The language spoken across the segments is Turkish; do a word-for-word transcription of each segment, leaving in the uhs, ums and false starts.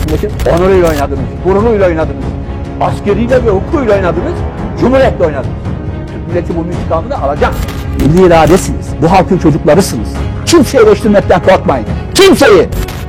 milletin onuruyla oynadınız, gururuyla oynadınız. Askeriyle ve hukukuyla oynadınız, cumhuriyetle oynadınız. Türk milleti bunun intikamını alacak. Milli iradesiniz, bu halkın çocuklarısınız. Kimseyi eleştirmekten korkmayın, kimseyi!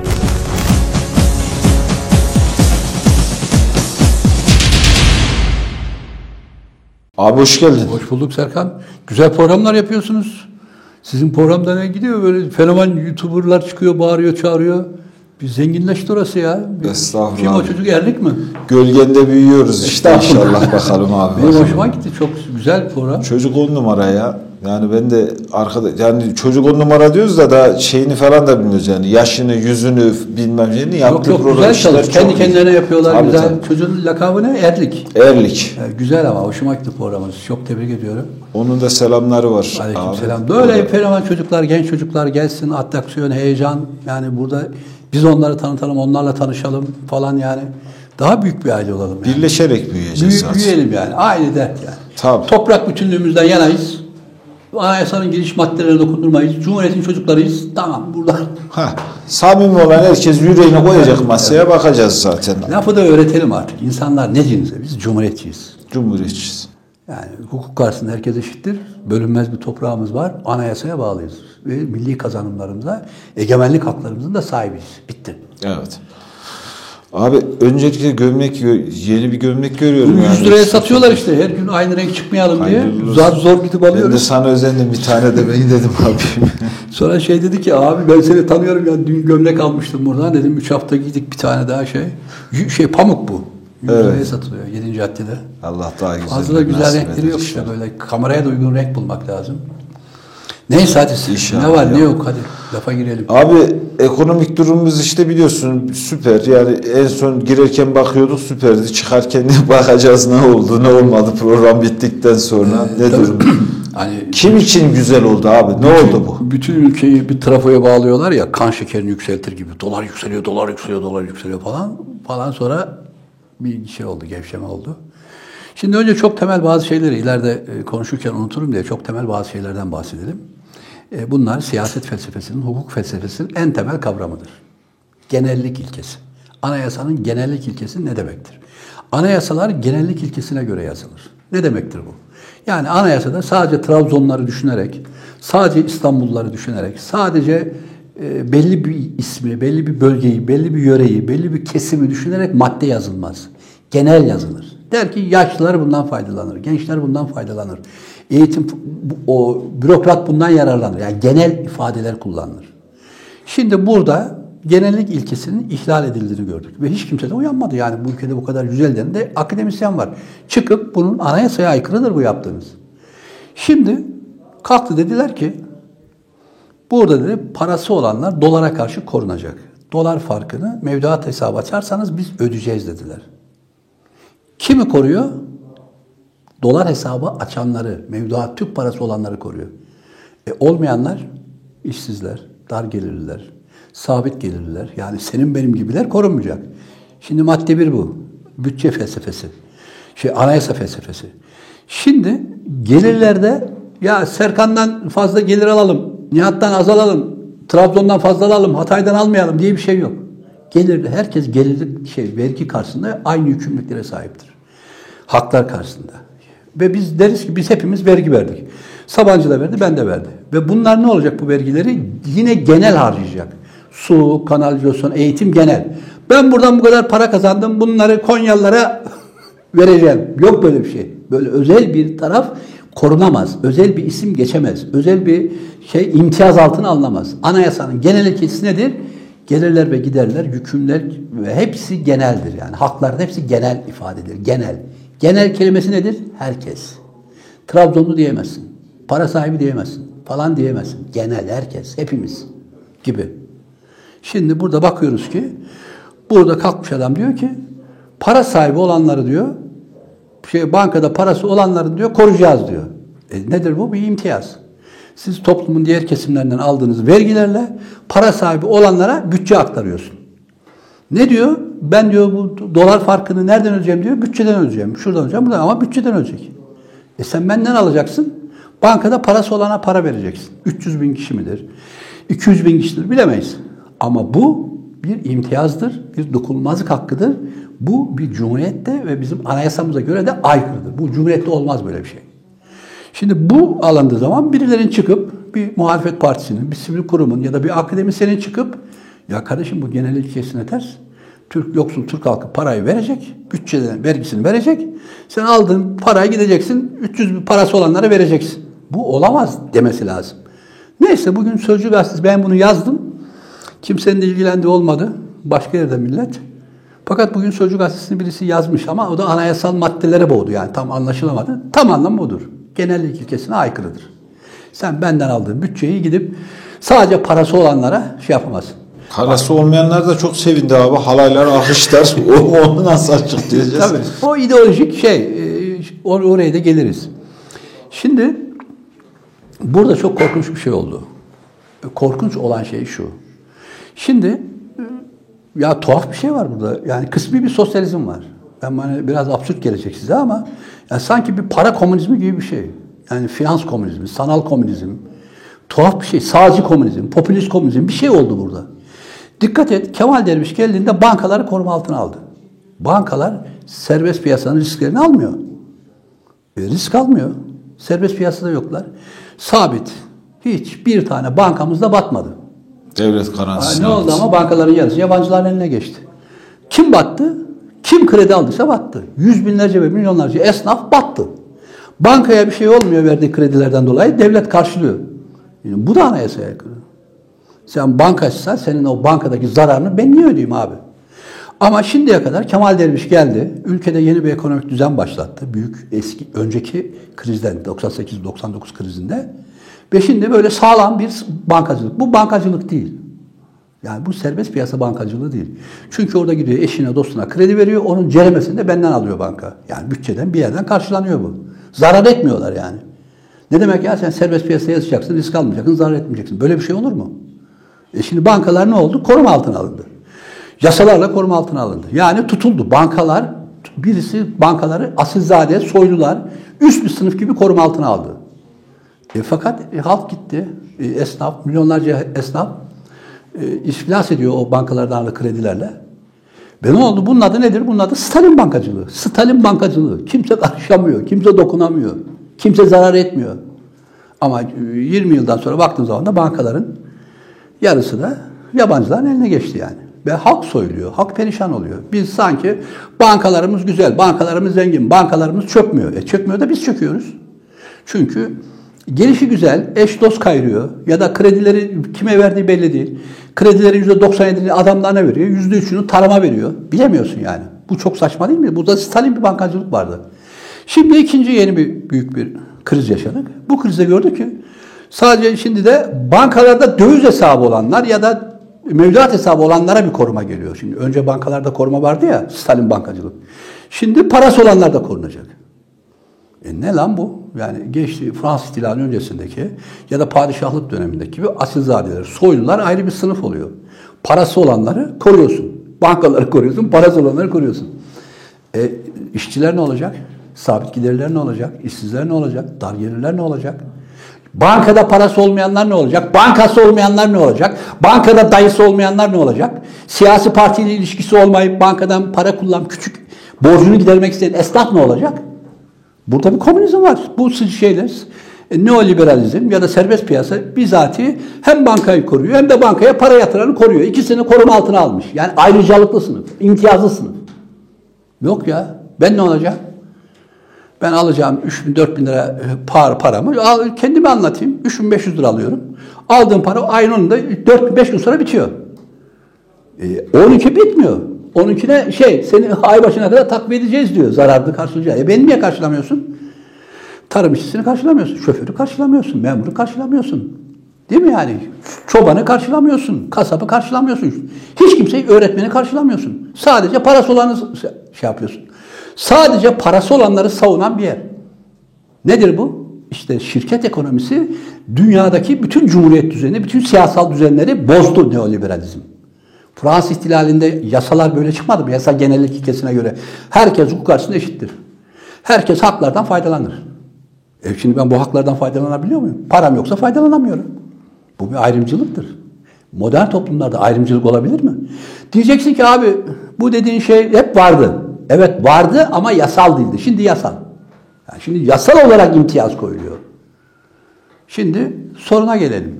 Abi hoş geldin. Hoş bulduk Serkan. Güzel programlar yapıyorsunuz. Sizin programda ne gidiyor? Böyle fenomen YouTuber'lar çıkıyor, bağırıyor, çağırıyor. Bir zenginleşti orası ya. Bir, Estağfurullah. Kim o çocuk, erlik mi? Gölgende büyüyoruz işte inşallah bakalım abi. Benim hoşuma gitti. Çok güzel program. Çocuk on numara ya. Yani ben de arkada yani çocuk on numara diyoruz da da şeyini falan da bilmiyoruz yani. Yaşını, yüzünü bilmem neyini yaptığı yok, yok, güzel çalış. Kendi kendilerine yapıyorlar. Tabii, güzel. tabii. Çocuğun lakabı ne? Erlik. Erlik. Yani güzel ama hoşuma gitti programınız. Çok tebrik ediyorum. Onun da selamları var. Aleykümselam. Böyle fenomen çocuklar, genç çocuklar gelsin. Atraksiyon, heyecan. Yani burada biz onları tanıtalım, onlarla tanışalım falan yani. Daha büyük bir aile olalım yani. Birleşerek büyüyeceğiz Büyü, zaten. Büyüyelim yani. Aynı dert yani. Tabii. Toprak bütünlüğümüzden yanayız. Anayasanın giriş maddelerine dokundurmayız. Cumhuriyetin çocuklarıyız. Tamam buradan. Ha, samimi olan herkes yüreğine koyacak masaya, bakacağız zaten. Lafı da öğretelim artık. İnsanlar ne dinse biz cumhuriyetçiyiz. Cumhuriyetçiyiz. Yani hukuk karşısında herkes eşittir. Bölünmez bir toprağımız var. Anayasaya bağlıyız. Ve milli kazanımlarımıza, egemenlik haklarımızın da sahibiyiz. Bitti. Evet. Abi öncelikle gömlek, yeni bir gömlek görüyorum. yüz yani. liraya satıyorlar işte. Her gün aynı renk çıkmayalım diye. Zor zor gidip alıyoruz. Ben de sana özendim. Bir tane de ben dedim abi. Sonra şey dedi ki abi ben seni tanıyorum ya, dün gömlek almıştım buradan. Dedim üç hafta giydik bir tane daha şey. Şey pamuk bu. yüz Evet. liraya satılıyor yedinci caddede. Allah daha güzel. Fazla da güzel renkleri yok işte, böyle kameraya da uygun renk bulmak lazım. Neyse hadi İnşallah ne var ya. ne yok hadi lafa girelim. Abi ekonomik durumumuz işte biliyorsun süper. Yani en son girerken bakıyorduk süperdi. Çıkarken bakacağız ne oldu ne olmadı program bittikten sonra Ee, ne tabii. durum. Hani Kim için güzel oldu abi? Ne bütün, oldu bu? Bütün ülkeyi bir trafoya bağlıyorlar ya, kan şekerini yükseltir gibi. Dolar yükseliyor, dolar yükseliyor, dolar yükseliyor falan. Falan sonra bir şey oldu, gevşeme oldu. Şimdi önce çok temel bazı şeyleri ileride konuşurken unuturum diye çok temel bazı şeylerden bahsedelim. Bunlar siyaset felsefesinin, hukuk felsefesinin en temel kavramıdır. Genellik ilkesi. Anayasanın genellik ilkesi ne demektir? Anayasalar genellik ilkesine göre yazılır. Ne demektir bu? Yani anayasada sadece Trabzonları düşünerek, sadece İstanbulluları düşünerek, sadece belli bir ismi, belli bir bölgeyi, belli bir yöreyi, belli bir kesimi düşünerek madde yazılmaz. Genel yazılır. Der ki yaşlılar bundan faydalanır, gençler bundan faydalanır. Eğitim, o bürokrat bundan yararlanır. Yani genel ifadeler kullanılır. Şimdi burada genellik ilkesinin ihlal edildiğini gördük. Ve hiç kimse de uyanmadı. Yani bu ülkede bu kadar yüz elli de akademisyen var. Çıkıp bunun anayasaya aykırıdır bu yaptığınız. Şimdi kalktı dediler ki burada dedi parası olanlar dolara karşı korunacak. Dolar farkını mevduat hesabı açarsanız biz ödeyeceğiz dediler. Kimi koruyor? Dolar hesabı açanları, mevduat Türk parası olanları koruyor. E, olmayanlar işsizler, dar gelirliler, sabit gelirliler, yani senin benim gibiler korunmayacak. Şimdi madde bir bu. Bütçe felsefesi. Şey, anayasa felsefesi. Şimdi gelirlerde ya Serkan'dan fazla gelir alalım, Nihat'tan az alalım, Trabzon'dan fazla alalım, Hatay'dan almayalım diye bir şey yok. Gelirli, herkes gelirli şey, vergi karşısında aynı yükümlülüklere sahiptir. Haklar karşısında. Ve biz deriz ki biz hepimiz vergi verdik. Sabancı da verdi, ben de verdi. Ve bunlar ne olacak bu vergileri? Yine genel harcayacak. Su, kanalizasyon, eğitim genel. Ben buradan bu kadar para kazandım, bunları Konyalılara vereceğim. Yok böyle bir şey. Böyle özel bir taraf korunamaz. Özel bir isim geçemez. Özel bir şey imtiyaz altına alınamaz. Anayasanın genel ilkesi nedir? Gelirler ve giderler, yükümler ve hepsi geneldir. Yani hakların hepsi genel ifadedir. Genel. Genel kelimesi nedir? Herkes. Trabzonlu diyemezsin. Para sahibi diyemezsin. Falan diyemezsin. Genel, herkes, hepimiz gibi. Şimdi burada bakıyoruz ki burada kalkmış adam diyor ki para sahibi olanları diyor şey bankada parası olanları diyor koruyacağız diyor. E nedir bu? Bir imtiyaz. Siz toplumun diğer kesimlerinden aldığınız vergilerle para sahibi olanlara bütçe aktarıyorsun. Ne diyor? Ben diyor bu dolar farkını nereden ödeyeceğim diyor. Bütçeden ödeyeceğim. Şuradan ödeyeceğim. Buradan. Ama bütçeden ödeyecek. E sen benden alacaksın. Bankada parası olana para vereceksin. üç yüz bin kişi midir? iki yüz bin kişidir bilemeyiz. Ama bu bir imtiyazdır, bir dokunulmazlık hakkıdır. Bu bir cumhuriyette ve bizim anayasamıza göre de aykırıdır. Bu cumhuriyette olmaz böyle bir şey. Şimdi bu alındığı zaman birilerinin çıkıp bir muhalefet partisinin, bir sivil kurumun ya da bir akademisyenin çıkıp ya kardeşim bu genel ilkesine ters. Türk yoksul Türk halkı parayı verecek, bütçeden vergisini verecek. Sen aldığın parayı gideceksin, üç yüz bin parası olanlara vereceksin. Bu olamaz demesi lazım. Neyse bugün Sözcü Gazetesi ben bunu yazdım. Kimsenin de ilgilendiği olmadı. Başka yerde millet. Fakat bugün Sözcü Gazetesi'nin birisi yazmış ama o da anayasal maddelere boğdu yani tam anlaşılamadı. Tam anlamı budur. Genellik ilkesine aykırıdır. Sen benden aldığın bütçeyi gidip sadece parası olanlara şey yapamazsın. Parası olmayanlar da çok sevindi abi. Halaylar, alkışlar. Onu nasıl açıklayacağız? Tabii. O ideolojik şey. Or oraya da geliriz. Şimdi burada çok korkunç bir şey oldu. Korkunç olan şey şu. Şimdi ya tuhaf bir şey var burada. Yani kısmi bir sosyalizm var. Ben bana biraz absürt gelecek size ama yani sanki bir para komünizmi gibi bir şey. Yani finans komünizmi, sanal komünizm, tuhaf bir şey. Sağcı komünizm, popülist komünizm bir şey oldu burada. Dikkat et, Kemal Derviş geldiğinde bankaları koruma altına aldı. Bankalar serbest piyasanın risklerini almıyor. E, risk almıyor. Serbest piyasada yoklar. Sabit. Hiç bir tane bankamızda batmadı. Devlet garantisi. Ne oldu ama bankaların yarısı yabancıların eline geçti. Kim battı? Kim kredi aldıysa battı. Yüz binlerce ve milyonlarca esnaf battı. Bankaya bir şey olmuyor verdiği kredilerden dolayı devlet karşılıyor. Yani bu da anayasaya aykırı. Sen bankacıysan senin o bankadaki zararını ben niye ödeyeyim abi? Ama şimdiye kadar Kemal Derviş geldi. Ülkede yeni bir ekonomik düzen başlattı. Büyük eski önceki krizden doksan sekiz doksan dokuz krizinde. Ve şimdi böyle sağlam bir bankacılık. Bu bankacılık değil. Yani bu serbest piyasa bankacılığı değil. Çünkü orada gidiyor eşine dostuna kredi veriyor. Onun ceremesini de benden alıyor banka. Yani bütçeden bir yerden karşılanıyor bu. Zarar etmiyorlar yani. Ne demek ya sen serbest piyasaya yazacaksın, risk almayacaksın, zarar etmeyeceksin. Böyle bir şey olur mu? E şimdi bankalar ne oldu? Koruma altına alındı. Yasalarla koruma altına alındı. Yani tutuldu. Bankalar, birisi bankaları asilzade, soylular, üst bir sınıf gibi koruma altına aldı. E, fakat e, halk gitti. E, esnaf, milyonlarca esnaf e, iflas ediyor o bankalardan aldığı kredilerle. Ve ne oldu? Bunun adı nedir? Bunun adı Stalin bankacılığı. Stalin bankacılığı. Kimse karışamıyor, kimse dokunamıyor, kimse zarar etmiyor. Ama yirmi yıldan sonra baktığın zaman da bankaların yarısı da yabancıların eline geçti yani. Ve halk soyuluyor, halk perişan oluyor. Biz sanki bankalarımız güzel, bankalarımız zengin, bankalarımız çökmüyor. E çökmüyor da biz çöküyoruz. Çünkü gelişi güzel, eş dost kayırıyor ya da kredileri kime verdiği belli değil. Kredilerin yüzde doksan yedisini adamlarına veriyor, yüzde üçünü tarıma veriyor. Bilemiyorsun yani. Bu çok saçma değil mi? Burada Stalin bir bankacılık vardı. Şimdi ikinci yeni bir büyük bir kriz yaşadık. Bu krizde gördük ki sadece şimdi de bankalarda döviz hesabı olanlar ya da mevduat hesabı olanlara bir koruma geliyor. Şimdi önce bankalarda koruma vardı ya, Stalin bankacılık. Şimdi parası olanlar da korunacak. E ne lan bu? Yani geçti Fransız ihtilalinin öncesindeki ya da padişahlık dönemindeki gibi asilzadeler, soylular ayrı bir sınıf oluyor. Parası olanları koruyorsun. Bankaları koruyorsun, parası olanları koruyorsun. E işçiler ne olacak? Sabit giderler ne olacak? İşsizler ne olacak? Dar gelirler ne olacak? Bankada parası olmayanlar ne olacak? Bankası olmayanlar ne olacak? Bankada dayısı olmayanlar ne olacak? Siyasi partiyle ilişkisi olmayıp bankadan para kullan, küçük borcunu gidermek isteyen esnaf ne olacak? Burada bir komünizm var. Bu şeyler e, neoliberalizm ya da serbest piyasa bizatihi hem bankayı koruyor hem de bankaya para yatıranı koruyor. İkisini koruma altına almış. Yani ayrıcalıklı sınıf, imtiyazlı sınıf. Yok ya. Ben ne olacağım? Ben alacağım üç bin dört bin lira par paramı al, kendime anlatayım. üç bin beş yüz lira alıyorum. Aldığım para ayın onunda dört gün beş gün sonra bitiyor. E, on iki bitmiyor. on ikine şey seni ay başına kadar takviye edeceğiz diyor. Zararını karşılayacağız. E beni niye karşılamıyorsun? Tarım işçisini karşılamıyorsun. Şoförü karşılamıyorsun. Memuru karşılamıyorsun. Değil mi yani? Çobanı karşılamıyorsun. Kasabı karşılamıyorsun. Hiç kimseyi öğretmeni karşılamıyorsun. Sadece parası olanı şey yapıyorsun. Sadece parası olanları savunan bir yer. Nedir bu? İşte şirket ekonomisi dünyadaki bütün cumhuriyet düzeni, bütün siyasal düzenleri bozdu neoliberalizm. Fransız ihtilalinde yasalar böyle çıkmadı mı? Yasa genellik ilkesine göre. Herkes hukuk karşısında eşittir. Herkes haklardan faydalanır. E şimdi ben bu haklardan faydalanabiliyor muyum? Param yoksa faydalanamıyorum. Bu bir ayrımcılıktır. Modern toplumlarda ayrımcılık olabilir mi? Diyeceksin ki abi bu dediğin şey hep vardı. Evet vardı ama yasal değildi. Şimdi yasal. Yani şimdi yasal olarak imtiyaz koyuluyor. Şimdi soruna gelelim.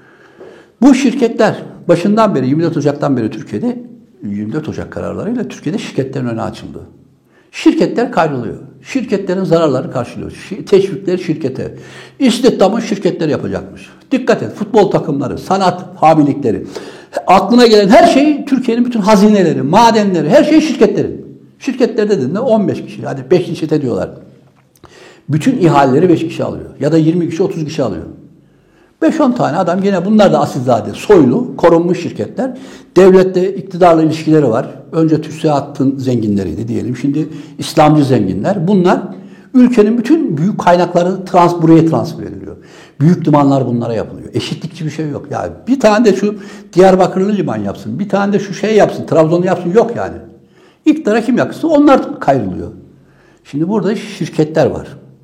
Bu şirketler başından beri yirmi dört Ocak'tan beri Türkiye'de yirmi dört Ocak kararlarıyla Türkiye'de şirketlerin önü açıldı. Şirketler kayrılıyor. Şirketlerin zararları karşılıyor. Teşvikler şirkete. İstihdamı şirketler yapacakmış. Dikkat et. Futbol takımları, sanat hamilikleri, aklına gelen her şey Türkiye'nin bütün hazineleri, madenleri, her şey şirketlerin. Şirketler dediğinde on beş kişi, hadi beş kişi de diyorlar. Bütün ihaleleri beş kişi alıyor. Ya da yirmi kişi, otuz kişi alıyor. beş on tane adam gene bunlar da asilzade, soylu, korunmuş şirketler. Devlette iktidarla ilişkileri var. Önce TÜSİAD'ın zenginleriydi diyelim. Şimdi İslamcı zenginler. Bunlar ülkenin bütün büyük kaynakları trans, buraya transfer ediliyor. Büyük limanlar bunlara yapılıyor. Eşitlikçi bir şey yok. Yani bir tane de şu Diyarbakırlı liman yapsın. Bir tane de şu şey yapsın. Trabzon'u yapsın. Yok yani. İktidara kim yakışsa onlar kayrılıyor. Şimdi burada şirketler var.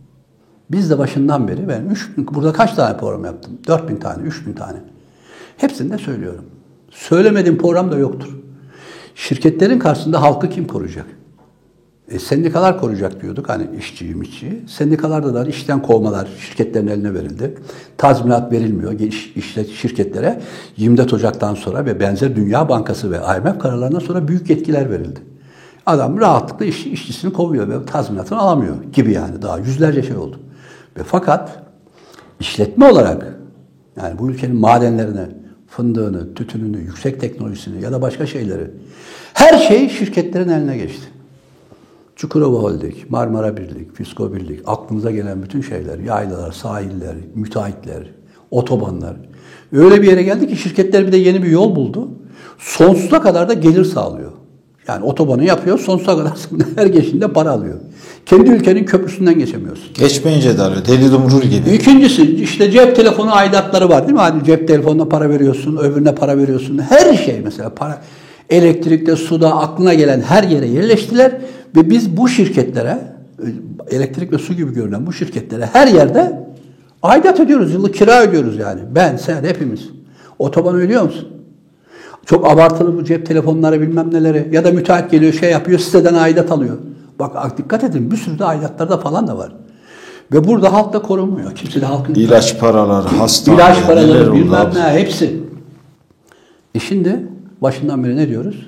Biz de başından beri ben üç bin, burada kaç tane program yaptım? dört bin tane, üç bin tane. Hepsini de söylüyorum. Söylemediğim program da yoktur. Şirketlerin karşısında halkı kim koruyacak? E, sendikalar koruyacak diyorduk. Hani işçiyi, işçiyi. Sendikalarda da işten kovmalar şirketlerin eline verildi. Tazminat verilmiyor iş, işlet şirketlere. yirmi dört Ocak'tan sonra ve benzer Dünya Bankası ve I M F kararlarından sonra büyük yetkiler verildi. Adam rahatlıkla iş, işçisini kovuyor ve tazminatını alamıyor gibi yani. Daha yüzlerce şey oldu. Ve fakat işletme olarak yani bu ülkenin madenlerini, fındığını, tütününü, yüksek teknolojisini ya da başka şeyleri her şey şirketlerin eline geçti. Çukurova Holding, Marmara Birlik, Fisko Birlik, aklınıza gelen bütün şeyler, yaylalar, sahiller, müteahhitler, otobanlar. Öyle bir yere geldi ki şirketler bir de yeni bir yol buldu. Sonsuza kadar da gelir sağlıyor. Yani otobanı yapıyor, sonsuza kadar her geçtiğinde para alıyor. Kendi ülkenin köprüsünden geçemiyorsun. Geçmeyince de alıyor. Deli dumrul gibi. İkincisi işte cep telefonu aidatları var değil mi? Hani cep telefonuna para veriyorsun, öbürüne para veriyorsun. Her şey mesela para. Elektrikte, suda aklına gelen her yere yerleştiler ve biz bu şirketlere, elektrik ve su gibi görünen bu şirketlere her yerde aidat ödüyoruz. Yıllık kira ödüyoruz yani. Ben, sen, hepimiz. Otoban ödüyor musun? Çok abartılı bu cep telefonları bilmem neleri ya da müteahhit geliyor şey yapıyor siteden aidat alıyor. Bak dikkat edin bir sürü de aidatlarda falan da var. Ve burada halk da korunmuyor. Kimse de halkın... İlaç paraları, hastane... İlaç paraları bilmem ne hepsi. E şimdi başından beri ne diyoruz?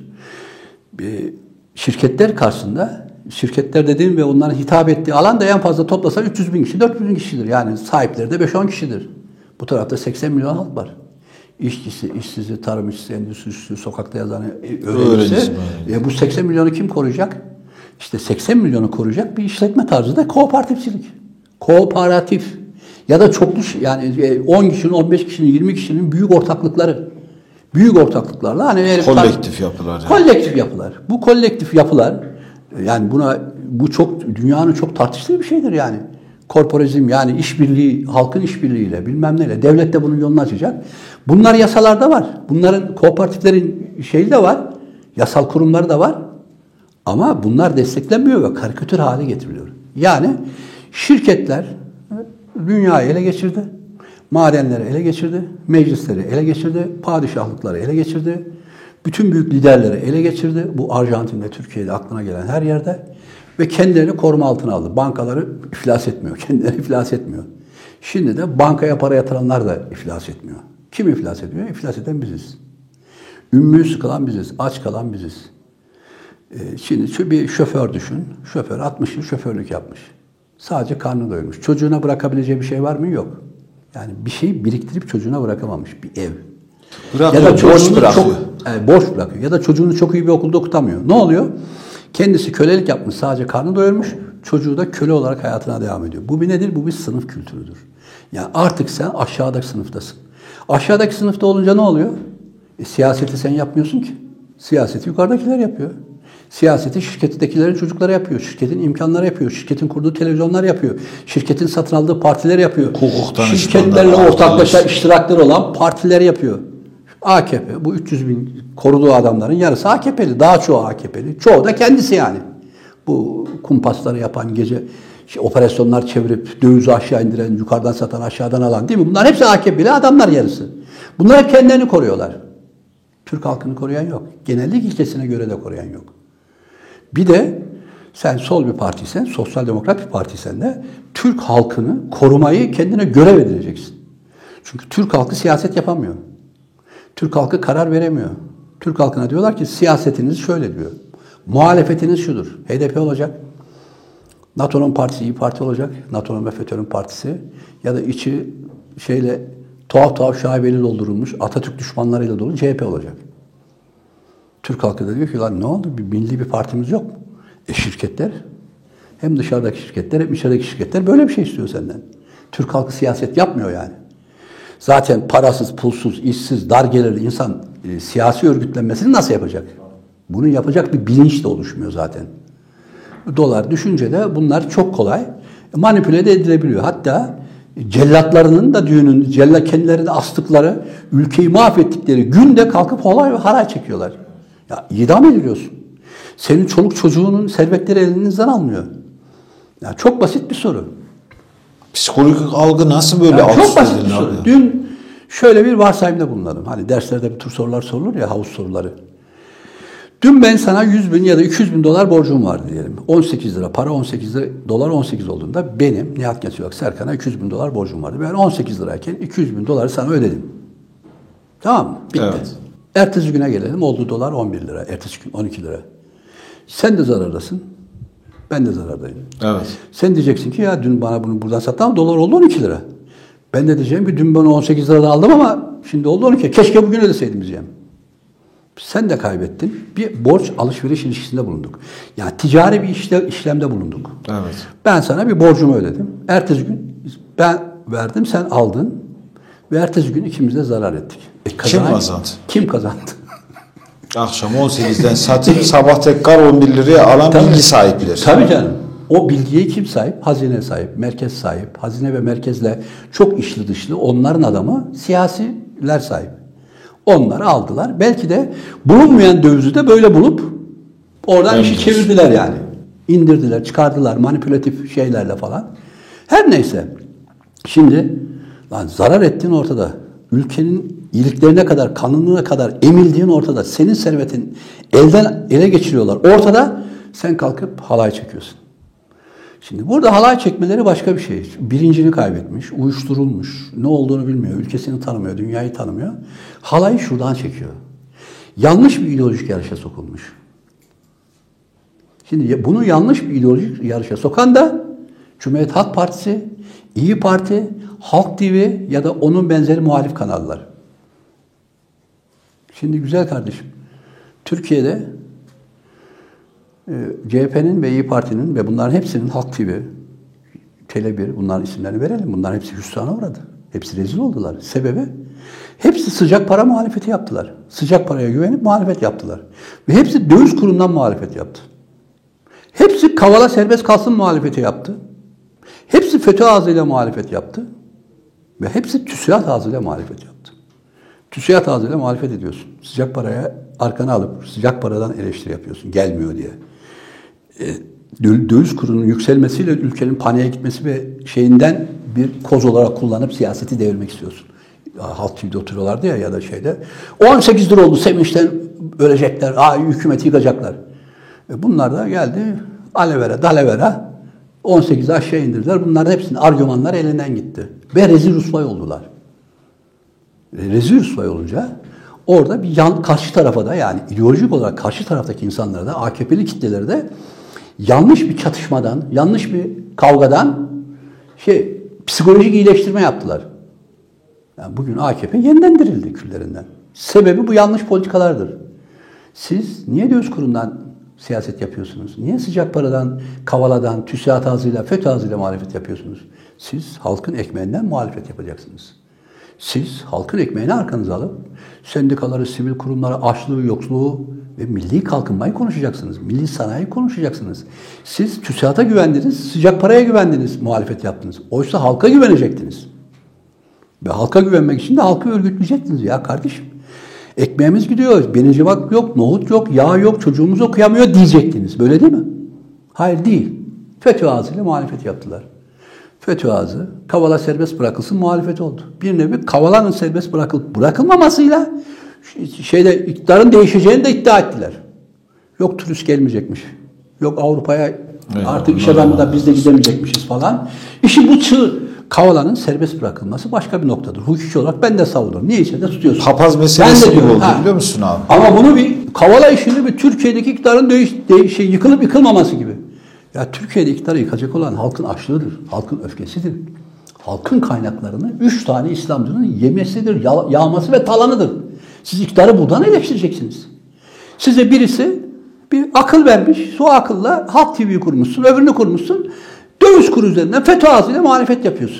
Bir şirketler karşısında şirketler dediğim ve onların hitap ettiği alan da en fazla toplasa üç yüz bin kişi, dört yüz bin kişidir. Yani sahipleri de beş on kişidir. Bu tarafta seksen milyon halk var. İşçisi, işsizi, tarım işçisi, endüstri işçisi, sokakta yazanı, öğrencisi. E, bu seksen milyonu kim koruyacak? İşte seksen milyonu koruyacak bir işletme tarzı da kooperatifçilik. Kooperatif. Ya da çoklu yani on kişinin, on beş kişinin, yirmi kişinin büyük ortaklıkları. Büyük ortaklıklarla hani kolektif yapılar. Yani. Kolektif yapılar. Bu kolektif yapılar yani buna bu çok dünyanın çok tartıştığı bir şeydir yani. Korporatizm yani işbirliği, halkın işbirliğiyle bilmem neyle. Devlet de bunun yolunu açacak. Bunlar yasalarda var. Bunların kooperatiflerin şeyi de var. Yasal kurumları da var. Ama bunlar desteklenmiyor ve karikatür hale getiriliyor. Yani şirketler dünyayı ele geçirdi. Madenleri ele geçirdi. Meclisleri ele geçirdi. Padişahlıkları ele geçirdi. Bütün büyük liderleri ele geçirdi. Bu Arjantin'de, Türkiye'de aklına gelen her yerde. Ve kendilerini koruma altına aldı. Bankaları iflas etmiyor. Kendileri iflas etmiyor. Şimdi de bankaya para yatıranlar da iflas etmiyor. Kim iflas ediyor? İflas eden biziz. Ümmü sıkılan biziz. Aç kalan biziz. Ee, şimdi şu bir şoför düşün. Şoför altmış yıl şoförlük yapmış. Sadece karnı doyurmuş. Çocuğuna bırakabileceği bir şey var mı? Yok. Yani bir şey biriktirip çocuğuna bırakamamış. Bir ev. Bırakıyor, ya da boş bırakıyor. Çok, yani boş bırakıyor. Ya da çocuğunu çok iyi bir okulda okutamıyor. Ne oluyor? Kendisi kölelik yapmış, sadece karnı doyurmuş, çocuğu da köle olarak hayatına devam ediyor. Bu bir nedir? Bu bir sınıf kültürüdür. Yani artık sen aşağıdaki sınıftasın. Aşağıdaki sınıfta olunca ne oluyor? E, siyaseti sen yapmıyorsun ki. Siyaseti yukarıdakiler yapıyor. Siyaseti şirkettekilerin çocukları yapıyor. Şirketin imkanları yapıyor. Şirketin kurduğu televizyonlar yapıyor. Şirketin satın aldığı partiler yapıyor. Şirketlerle ortaklaşa iştirakleri olan partiler yapıyor. A K P, bu üç yüz bin koruduğu adamların yarısı A K P'li. Daha çoğu A K P'li. Çoğu da kendisi yani. Bu kumpasları yapan, gece şey, operasyonlar çevirip dövizi aşağı indiren, yukarıdan satan, aşağıdan alan değil mi? Bunlar hepsi A K P'li adamlar yarısı. Bunlar hep kendilerini koruyorlar. Türk halkını koruyan yok. Genellik ilkesine göre de koruyan yok. Bir de sen sol bir partiysen, sosyal demokrat bir partiysen de Türk halkını korumayı kendine görev edineceksin. Çünkü Türk halkı siyaset yapamıyor. Türk halkı karar veremiyor. Türk halkına diyorlar ki siyasetiniz şöyle diyor. Muhalefetiniz şudur. H D P olacak. NATO'nun partisi İYİ Parti olacak. NATO'nun ve FETÖ'nün partisi. Ya da içi şeyle tuhaf tuhaf şaibeli doldurulmuş Atatürk düşmanlarıyla dolu C H P olacak. Türk halkı da diyor ki lan ne oldu? Bir milli bir partimiz yok mu? E şirketler hem dışarıdaki şirketler hem içerideki şirketler böyle bir şey istiyor senden. Türk halkı siyaset yapmıyor yani. Zaten parasız, pulsuz, işsiz, dar gelirli insan e, siyasi örgütlenmesini nasıl yapacak? Bunu yapacak bir bilinç de oluşmuyor zaten. Dolar düşünce de bunlar çok kolay manipüle de edilebiliyor. Hatta cellatlarının da düğünün, cellat kendilerini astıkları, ülkeyi mahvettikleri günde kalkıp halay ve haray çekiyorlar. Ya idam ediliyorsun. Senin çoluk çocuğunun servetleri elinizden almıyor. Ya çok basit bir soru. Psikolojik algı nasıl böyle Ya alt çok üst basit bir edildi soru. abi? Dün şöyle bir varsayımda bulunalım. Hani derslerde bir tür sorular sorulur ya, havuz soruları. Dün ben sana yüz bin ya da iki yüz bin dolar borcum vardı diyelim. on sekiz lira para, on sekiz lira, dolar on sekiz olduğunda benim Nihat Gençoğlu Serkan'a iki yüz bin dolar borcum vardı. Ben on sekiz lirayken iki yüz bin doları sana ödedim. Tamam mı? Bitti. Evet. Ertesi güne gelelim. Oldu dolar on bir lira. Ertesi gün on iki lira. Sen de zarardasın. Ben de zarardayım. Evet. Sen diyeceksin ki ya dün bana bunu buradan sattın ama dolar oldu on iki lira. Ben de diyeceğim ki dün ben on sekiz lirada aldım ama şimdi oldu on iki. Keşke bugün ödeseydim diyeceğim. Sen de kaybettin. Bir borç alışveriş ilişkisinde bulunduk. Yani ticari bir işte, işlemde bulunduk. Evet. Ben sana bir borcumu ödedim. Ertesi gün ben verdim, sen aldın. Ve ertesi gün ikimiz de zarar ettik. E, Kim kazanan- kazandı? Kim kazandı? Akşam on sekizden satıp sabah tekrar on bir liraya alan Tabii. bilgi sahipleri. Tabii canım. O bilgiye kim sahip? Hazine sahip, merkez sahip. Hazine ve merkezle çok içli dışlı onların adamı siyasiler sahip. Onlar aldılar. Belki de bulunmayan dövizi de böyle bulup oradan işi çevirdiler yani. İndirdiler, çıkardılar manipülatif şeylerle falan. Her neyse. Şimdi lan zarar ettiğin ortada. Ülkenin iyiliklerine kadar, kanununa kadar emildiğin ortada. Senin servetin elden ele geçiriyorlar. Ortada sen kalkıp halay çekiyorsun. Şimdi burada halay çekmeleri başka bir şey. Bilincini kaybetmiş, uyuşturulmuş, ne olduğunu bilmiyor, ülkesini tanımıyor, dünyayı tanımıyor. Halayı şuradan çekiyor. Yanlış bir ideolojik yarışa sokulmuş. Şimdi bunu yanlış bir ideolojik yarışa sokan da Cumhuriyet Halk Partisi, İYİ Parti, Halk T V ya da onun benzeri muhalif kanallar. Şimdi güzel kardeşim, Türkiye'de C H P'nin ve İYİ Parti'nin ve bunların hepsinin Halk T V, Tele bir, bunların isimlerini verelim. Bunların hepsi hüsrana uğradı. Hepsi rezil oldular. Sebebi? Hepsi sıcak para muhalefeti yaptılar. Sıcak paraya güvenip muhalefet yaptılar. Ve hepsi döviz kurundan muhalefet yaptı. Hepsi kavala serbest kalsın muhalefeti yaptı. Hepsi FETÖ ağzıyla muhalefet yaptı. Ve hepsi TÜSİAD ağzıyla muhalefet yaptı. TÜSİAD ağzıyla muhalefet ediyorsun. Sıcak paraya arkana alıp sıcak paradan eleştiri yapıyorsun. Gelmiyor diye. E, döviz kurunun yükselmesiyle ülkenin paniğe gitmesi ve şeyinden bir koz olarak kullanıp siyaseti devirmek istiyorsun. Halk T V'de oturuyorlardı ya ya da şeyde. on sekiz lira oldu sevinçten ölecekler. Aa, hükümeti yıkacaklar. E bunlar da geldi alevere dalevere on sekizi aşağı indirdiler. Bunların hepsinin argümanları elinden gitti. Ve rezil rüsvay oldular. E, rezil rüsvay olunca orada bir yan, karşı tarafa da yani ideolojik olarak karşı taraftaki insanlara da A K P'li kitleleri de yanlış bir çatışmadan, yanlış bir kavgadan şey psikolojik iyileştirme yaptılar. Yani bugün A K P yeniden dirildi küllerinden. Sebebi bu yanlış politikalardır. Siz niye döviz kurundan siyaset yapıyorsunuz? Niye sıcak paradan, kavaladan, TÜSİAD ağzıyla, FETÖ ağzıyla muhalefet yapıyorsunuz? Siz halkın ekmeğinden muhalefet yapacaksınız. Siz halkın ekmeğini arkanıza alıp sendikaları, sivil kurumları, açlığı, yoksulluğu ve milli kalkınmayı konuşacaksınız. Milli sanayi konuşacaksınız. Siz TÜSİAD'a güvendiniz, sıcak paraya güvendiniz, muhalefet yaptınız. Oysa halka güvenecektiniz. Ve halka güvenmek için de halkı örgütleyecektiniz ya kardeşim. Ekmeğimiz gidiyor, birinci bak yok, nohut yok, yağ yok, çocuğumuz okuyamıyor diyecektiniz. Böyle değil mi? Hayır değil. FETÖ ağzıyla muhalefet yaptılar. FETÖ ağzı, kavala serbest bırakılsın muhalefet oldu. Bir nevi kavalanın serbest bırakılıp bırakılmamasıyla şeyde iktidarın değişeceğini de iddia ettiler. Yok turist gelmeyecekmiş. Yok Avrupa'ya Evet, artık iş adamı da biz de gidemeyecekmişiz falan. İşi bu çığ Kavala'nın serbest bırakılması başka bir noktadır. Hukuki olarak ben de savunurum. Niye içeride tutuyorsun? Papaz meselesi Ben de gibi diyorum, oldu ha. biliyor musun abi? Ama bunu bir Kavala işini bir Türkiye'deki iktidarın değiş, değiş, şey, yıkılıp yıkılmaması gibi. Ya Türkiye'de iktidarı yıkacak olan halkın açlığıdır. Halkın öfkesidir. Halkın kaynaklarını üç tane İslamcının yemesidir, yağ, yağması ve talanıdır. Siz iktidarı buradan eleştireceksiniz. Size birisi bir akıl vermiş, o akılla Halk T V'yi kurmuşsun, öbürünü kurmuşsun. Döviz kuru üzerinden FETÖ ağzıyla muhalefet yapıyorsun.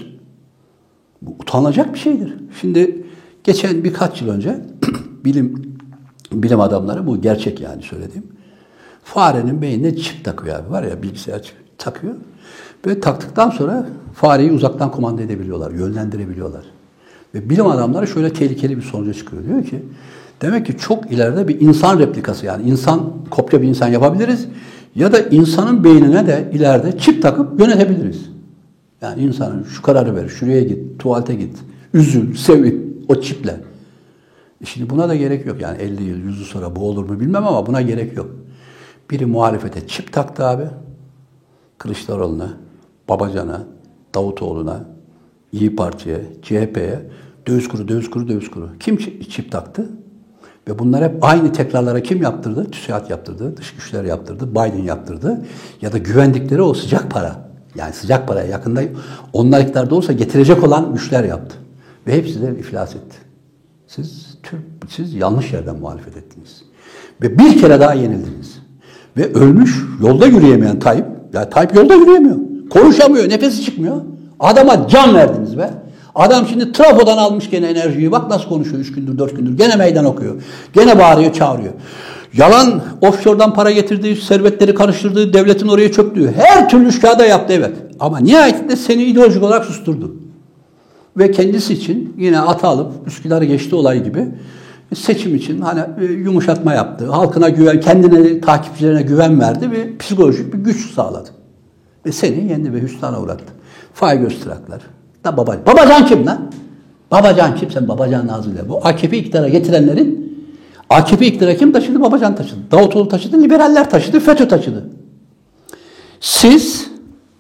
Bu utanılacak bir şeydir. Şimdi geçen birkaç yıl önce bilim bilim adamları, bu gerçek yani söylediğim, farenin beynine çip takıyor abi, var ya bilgisayar çip takıyor. Ve taktıktan sonra fareyi uzaktan kumanda edebiliyorlar, yönlendirebiliyorlar. Ve bilim adamları şöyle tehlikeli bir sonuca çıkıyor. Diyor ki demek ki çok ileride bir insan replikası, yani insan, kopya bir insan yapabiliriz ya da insanın beynine de ileride çip takıp yönetebiliriz. Yani insanın şu kararı ver, şuraya git, tuvalete git, üzül, sevin o çiple. Şimdi buna da gerek yok. Yani elli yıl, yüz yıl sonra bu olur mu bilmem ama buna gerek yok. Biri muhalefete çip taktı abi. Kılıçdaroğlu'na, Babacan'a, Davutoğlu'na, İYİ Parti'ye, C H P'ye döviz kuru, döviz kuru, döviz kuru. Kim çip taktı? Ve bunlar hep aynı tekrarlara kim yaptırdı? TÜSİAD yaptırdı, dış güçler yaptırdı, Biden yaptırdı. Ya da güvendikleri o sıcak para. Yani sıcak paraya yakında onlar iktidarda olsa getirecek olan güçler yaptı. Ve hepsi de iflas etti. Siz, siz yanlış yerden muhalefet ettiniz. Ve bir kere daha yenildiniz. Ve ölmüş, yolda yürüyemeyen Tayyip, ya Tayyip yolda yürüyemiyor. Konuşamıyor, nefesi çıkmıyor. Adama can verdiniz be. Adam şimdi trafodan almış gene enerjiyi. Bak nasıl konuşuyor üç gündür, dört gündür. Gene meydan okuyor. Gene bağırıyor, çağırıyor. Yalan, offshore'dan para getirdiği, servetleri karıştırdığı, devletin oraya çöktüğü her türlü şikayet yaptı, evet. Ama nihayetinde seni ideolojik olarak susturdu. Ve kendisi için yine ata alıp Üsküdar'ı geçti olay gibi seçim için hani yumuşatma yaptı. Halkına güven, kendine, takipçilerine güven verdi ve psikolojik bir güç sağladı. Ve seni yendi ve hüsrana uğrattı. Fay gösteraklar. Da baba, Babacan kim lan? Babacan kim? Sen Babacan'ın ağzıyla. Bu A K P iktidara getirenlerin A K P iktidara kim taşıdı? Babacan taşıdı. Davutoğlu taşıdı, liberaller taşıdı, FETÖ taşıdı. Siz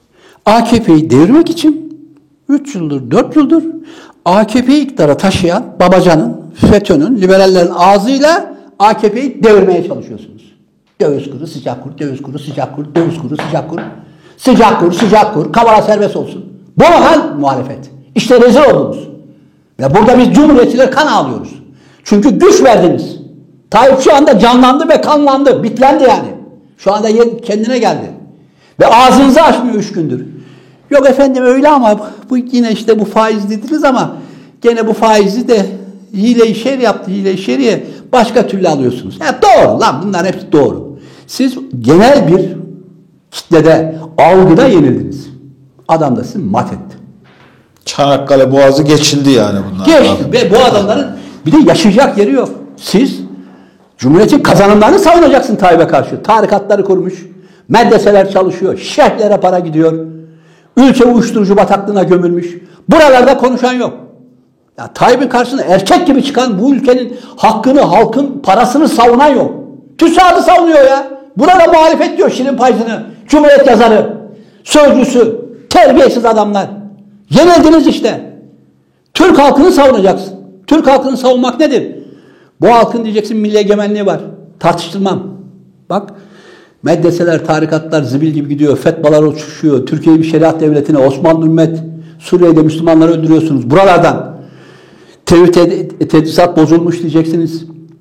A K P'yi devirmek için üç yıldır, dört yıldır A K P'yi iktidara taşıyan Babacan'ın, FETÖ'nün, liberallerin ağzıyla A K P'yi devirmeye çalışıyorsunuz. Döviz kuru, sıcak kur, döviz kuru, sıcak kur, döviz kuru, sıcak kur. Sıcak kur, sıcak kur, Kavala serbest olsun. Bu hal muhalefet. İşte rezil oldunuz. Ve burada biz cumhuriyetçiler kan ağlıyoruz. Çünkü güç verdiniz. Tayyip şu anda canlandı ve kanlandı. Bitlendi yani. Şu anda kendine geldi. Ve ağzınızı açmıyor üç gündür. Yok efendim öyle ama bu yine işte bu faiz dediniz ama gene bu faizi de hile-i şer yaptı, hile-i şeriye başka türlü alıyorsunuz. Ya doğru lan, bunlar hepsi doğru. Siz genel bir kitlede, algıda yenildiniz. Adam da sizi mat etti. Çanakkale Boğazı geçildi yani bunlar. Geçti ve bu adamların bir de yaşayacak yeri yok. Siz Cumhuriyet'in kazanımlarını savunacaksın Tayyip'e karşı. Tarikatları kurmuş, medreseler çalışıyor, şeyhlere para gidiyor. Ülke uyuşturucu bataklığına gömülmüş. Buralarda konuşan yok. Ya Tayyip'in karşısına erkek gibi çıkan, bu ülkenin hakkını, halkın parasını savunan yok. TÜSİAD'ı savunuyor ya. Burada muhalefet diyor Şirin Payzı'nı. Cumhuriyet yazarı, sözcüsü, terbiyesiz adamlar. Yenildiniz işte. Türk halkını savunacaksın. Türk halkını savunmak nedir? Bu halkın diyeceksin milli egemenliği var. Tartıştırmam. Bak medreseler, tarikatlar zibil gibi gidiyor. Fetvalar uçuşuyor. Türkiye'yi bir şeriat devletine, Osmanlı ümmet, Suriye'de Müslümanları öldürüyorsunuz. Buralardan tevhid tedrisat bozulmuş diyeceksiniz.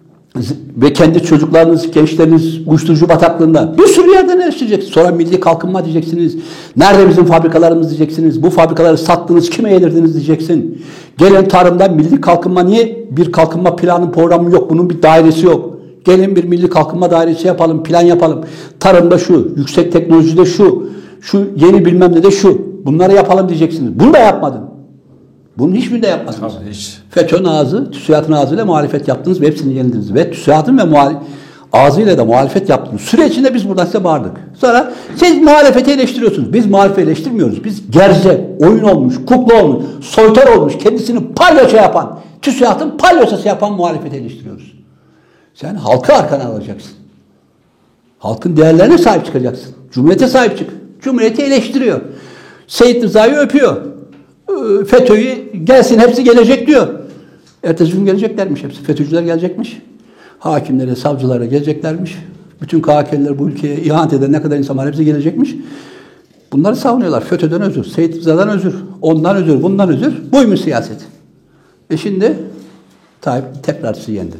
Ve kendi çocuklarınız, gençleriniz uyuşturucu bataklığında bir sürü yerden eleştireceksiniz. Sonra milli kalkınma diyeceksiniz. Nerede bizim fabrikalarımız diyeceksiniz. Bu fabrikaları sattınız, kime yedirdiniz diyeceksin. Gelin tarımda milli kalkınma, niye bir kalkınma planı programı yok? Bunun bir dairesi yok. Gelin bir milli kalkınma dairesi yapalım, plan yapalım. Tarımda şu, yüksek teknolojide şu, şu yeni bilmem ne de şu. Bunları yapalım diyeceksiniz. Bunu da yapmadın. Bunun hiçbirini de yapmadınız. Tabii hiç. FETÖ'nün ağzı, TÜSİAD'ın ağzıyla muhalefet yaptınız ve hepsini yenildiniz. Ve TÜSİAD'ın ve muhalefet ağzıyla da muhalefet yaptınız. Süre içinde biz buradan size bağırdık. Sonra siz muhalefeti eleştiriyorsunuz. Biz muhalefeti eleştirmiyoruz. Biz gerze, oyun olmuş, kukla olmuş, soytar olmuş, kendisini palyaço yapan, TÜSİAD'ın palyaçosu yapan muhalefeti eleştiriyoruz. Sen halkı arkana alacaksın. Halkın değerlerine sahip çıkacaksın. Cumhuriyete sahip çık. Cumhuriyeti eleştiriyor. Seyit Rıza'yı öpüyor. FETÖ'yü gelsin hepsi gelecek diyor. Ertesi gün geleceklermiş hepsi. FETÖ'cüler gelecekmiş. Hakimlere, savcılara geleceklermiş. Bütün K H K'liler bu ülkeye ihanet eden ne kadar insan var hepsi gelecekmiş. Bunları savunuyorlar. FETÖ'den özür, Seyit Rıza'dan özür, ondan özür, bundan özür. Buymuş siyaset. E şimdi Tayyip tekrar sizi yendi.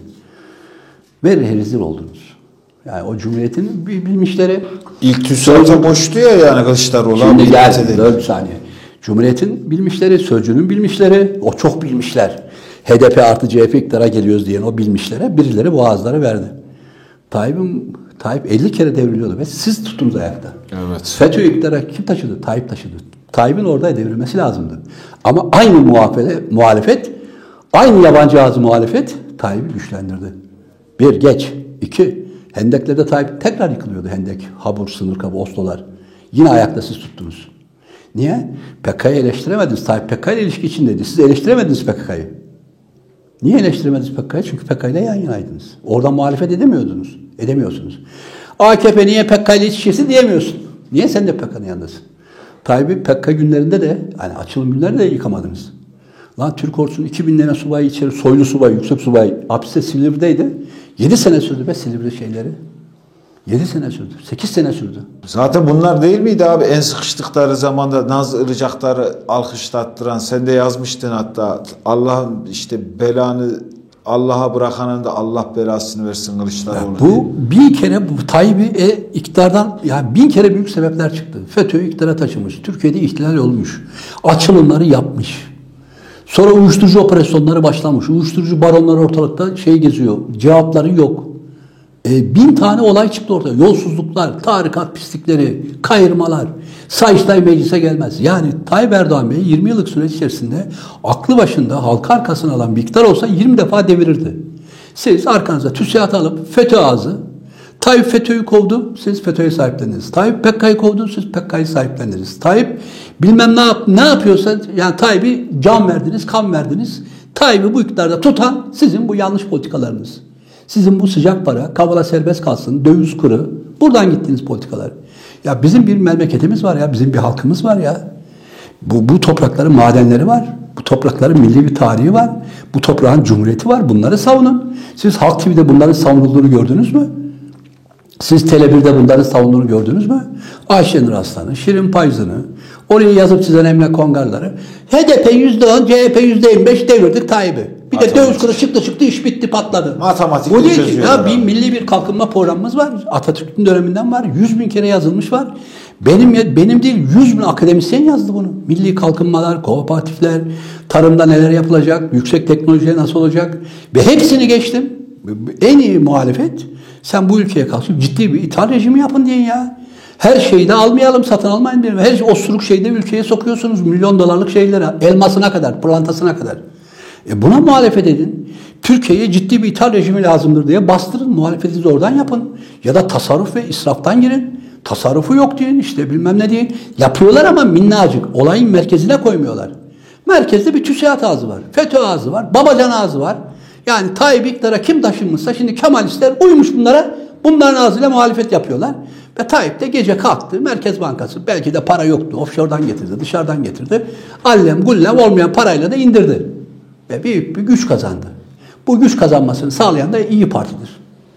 Ve rezil oldunuz. Yani o Cumhuriyet'in bilmişleri... İlk TÜSİAD'a boştu ya yani Kılıçdaroğlu. Şimdi geldi. dört saniye. Cumhuriyet'in bilmişleri, Sözcü'nün bilmişleri, o çok bilmişler. H D P artı C H P iktidara geliyoruz diyen o bilmişlere birileri boğazları verdi. Tayyip'in Tayyip elli kere devriliyordu ve siz tuttunuz ayakta. Evet. FETÖ iktidara kim taşıdı? Tayyip taşıdı. Tayyip'in orada devrilmesi lazımdı. Ama aynı muhalefet, muhalefet aynı yabancı ağzı muhalefet Tayyip'i güçlendirdi. Bir, geç. İki, Hendekler'de Tayyip tekrar yıkılıyordu Hendek. Habur, sınır kapı, Oslo'lar. Yine ayakta siz tuttunuz. Niye? P K K'yı eleştiremediniz. Tayyip P K K ile ilişki içindeydi. Siz eleştiremediniz P K K'yı. Niye eleştiremediniz P K K'yı? Çünkü P K K ile yan yanaydınız. Oradan muhalefet edemiyordunuz. Edemiyorsunuz. A K P niye P K K ile ilişkisi diyemiyorsun. Niye sen de P K K'nın yanındasın? Tayyip'i P K K günlerinde de, hani açılım günlerinde de yıkamadınız. Lan Türk ordusunun iki bin tane subayı içeri, soylu subay, yüksek subay hapiste Silivri'deydi. yedi sene sürdü be Silivri şeyleri. yedi sene sürdü. sekiz sene sürdü. Zaten bunlar değil miydi abi en sıkıştıkları zamanda Naz Ilıcakları alkışlattıran, sen de yazmıştın hatta, Allah'ın işte belanı Allah'a bırakanın da Allah belasını versin Kılıçdaroğlu. Bu bir kere bu Tayyip'i e, iktidardan yani bin kere büyük sebepler çıktı. FETÖ'yü iktidara taşımış. Türkiye'de ihtilal olmuş. Açılımları yapmış. Sonra uyuşturucu operasyonları başlamış. Uyuşturucu baronları ortalıkta şey geziyor. Cevapları yok. E, bin tane olay çıktı ortaya. Yolsuzluklar, tarikat pislikleri, kayırmalar. Sayıştay meclise gelmez. Yani Tayyip Erdoğan Bey yirmi yıllık süreç içerisinde aklı başında halka arkasına alan bir iktidar olsa yirmi defa devirirdi. Siz arkanıza TÜSİAD alıp FETÖ ağzı, Tayyip FETÖ'yü kovdu, siz FETÖ'ye sahiplendiniz. Tayyip P K K'yı kovdu, siz P K K'yı sahiplendiniz. Tayyip bilmem ne, yap, ne yapıyorsa, yani Tayyip'i can verdiniz, kan verdiniz. Tayyip'i bu iktidarda tutan sizin bu yanlış politikalarınız. Sizin bu sıcak para, kavala serbest kalsın, döviz kuru, buradan gittiğiniz politikalar. Ya bizim bir memleketimiz var ya, bizim bir halkımız var ya. Bu, bu toprakların madenleri var. Bu toprakların milli bir tarihi var. Bu toprağın cumhuriyeti var. Bunları savunun. Siz Halk T V'de bunların savunulduğunu gördünüz mü? Siz Tele bir'de bunların savunduğunu gördünüz mü? Ayşenur Aslan'ı, Şirin Payzın'ı, oraya yazıp çizen Emre Kongarları. H D P yüzde on, C H P yüzde yirmi beş devirdik Tayyip'i. Bir de döviz kuru çıktı çıktı iş bitti patladı. Matematik bu değil ki. Ya bir milli bir kalkınma programımız var. Atatürk'ün döneminden var. Yüz bin kere yazılmış var. Benim benim değil yüz bin akademisyen yazdı bunu. Milli kalkınmalar, kooperatifler, tarımda neler yapılacak, yüksek teknolojiye nasıl olacak. Ve hepsini geçtim. En iyi muhalefet sen bu ülkeye kalkıp ciddi bir ithal rejimi yapın diye ya. Her şeyi de almayalım, satın almayın diye. Her osuruk şeyi de ülkeye sokuyorsunuz. Milyon dolarlık şeylere, elmasına kadar, pırlantasına kadar. E buna muhalefet edin. Türkiye'ye ciddi bir ithal rejimi lazımdır diye bastırın. Muhalefetinizi oradan yapın. Ya da tasarruf ve israftan girin. Tasarrufu yok deyin, işte bilmem ne deyin. Yapıyorlar ama minnacık. Olayın merkezine koymuyorlar. Merkezde bir TÜSİAD ağzı var. FETÖ ağzı var. Babacan ağzı var. Yani Tayyip iktidara kim taşınmışsa şimdi Kemalistler uymuş bunlara. Bunların ağzıyla muhalefet yapıyorlar. Ve Tayyip de gece kalktı. Merkez Bankası belki de para yoktu. Offshore'dan getirdi, dışarıdan getirdi. Allem gullem olmayan parayla da indirdi. Ve büyük bir güç kazandı. Bu güç kazanmasını sağlayan da İYİ Parti'dir.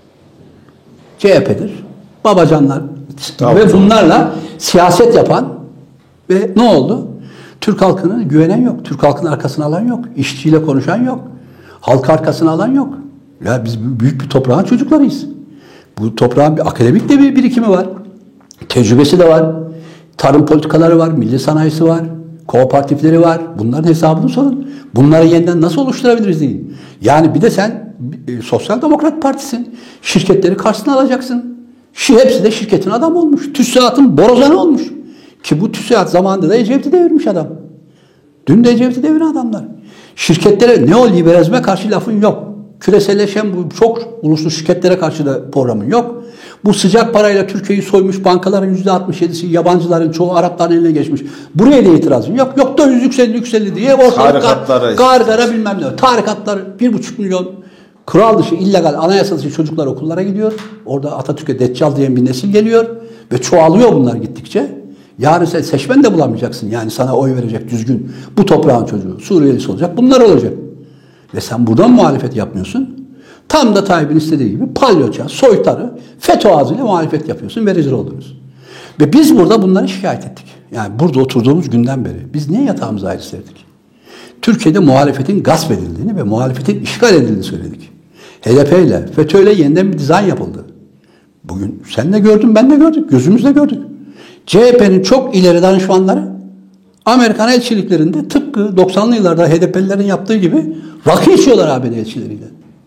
C H P'dir. Babacanlar Tamam. Ve bunlarla siyaset yapan ve ne oldu? Türk halkına güvenen yok. Türk halkının arkasına alan yok. İşçiyle konuşan yok. Halk arkasına alan yok. Ya biz büyük bir toprağın çocuklarıyız. Bu toprağın bir akademik de bir birikimi var. Tecrübesi de var. Tarım politikaları var. Milli sanayisi var. Kooperatifleri var. Bunların hesabını sorun. Bunları yeniden nasıl oluşturabiliriz deyin. Yani bir de sen e, Sosyal Demokrat Partisin. Şirketleri karşısına alacaksın. Şi, hepsi de şirketin adamı olmuş. TÜSİAD'ın borazanı olmuş. Ki bu TÜSİAD zamanında da Ecevit'i devirmiş adam. Dün de Ecevit'i deviren adamlar. Şirketlere neoliberalizme karşı lafın yok. Küreselleşen bu çok uluslu şirketlere karşı da programın yok. Bu sıcak parayla Türkiye'yi soymuş bankaların yüzde altmış yedisi yabancıların çoğu Arapların eline geçmiş. Buraya da itirazın yok. Yok döviz yükseldi yükseldi diye ortalık gar, gargara bilmem ne. Tarikatlar bir buçuk milyon kural dışı illegal anayasa dışı çocuklar okullara gidiyor. Orada Atatürk'e Deccal diyen bir nesil geliyor. Ve çoğalıyor bunlar gittikçe. Yarın sen seçmen de bulamayacaksın. Yani sana oy verecek düzgün. Bu toprağın çocuğu. Suriyelisi olacak. Bunlar olacak. Ve sen buradan muhalefet yapmıyorsun. Tam da Tayyip'in istediği gibi palyoça, soytarı, FETÖ ağzıyla muhalefet yapıyorsun ve rezil oluyoruz. Ve biz burada bunları şikayet ettik. Yani burada oturduğumuz günden beri. Biz niye yatağımıza ayrı serdik? Türkiye'de muhalefetin gasp edildiğini ve muhalefetin işgal edildiğini söyledik. H D P ile, FETÖ ile yeniden bir dizayn yapıldı. Bugün sen de gördün, ben de gördük. Gözümüzle gördük. C H P'nin çok ileri danışmanları Amerikan elçiliklerinde tıpkı doksanlı yıllarda H D P'lilerin yaptığı gibi rakı içiyorlar A B D elçileriyle.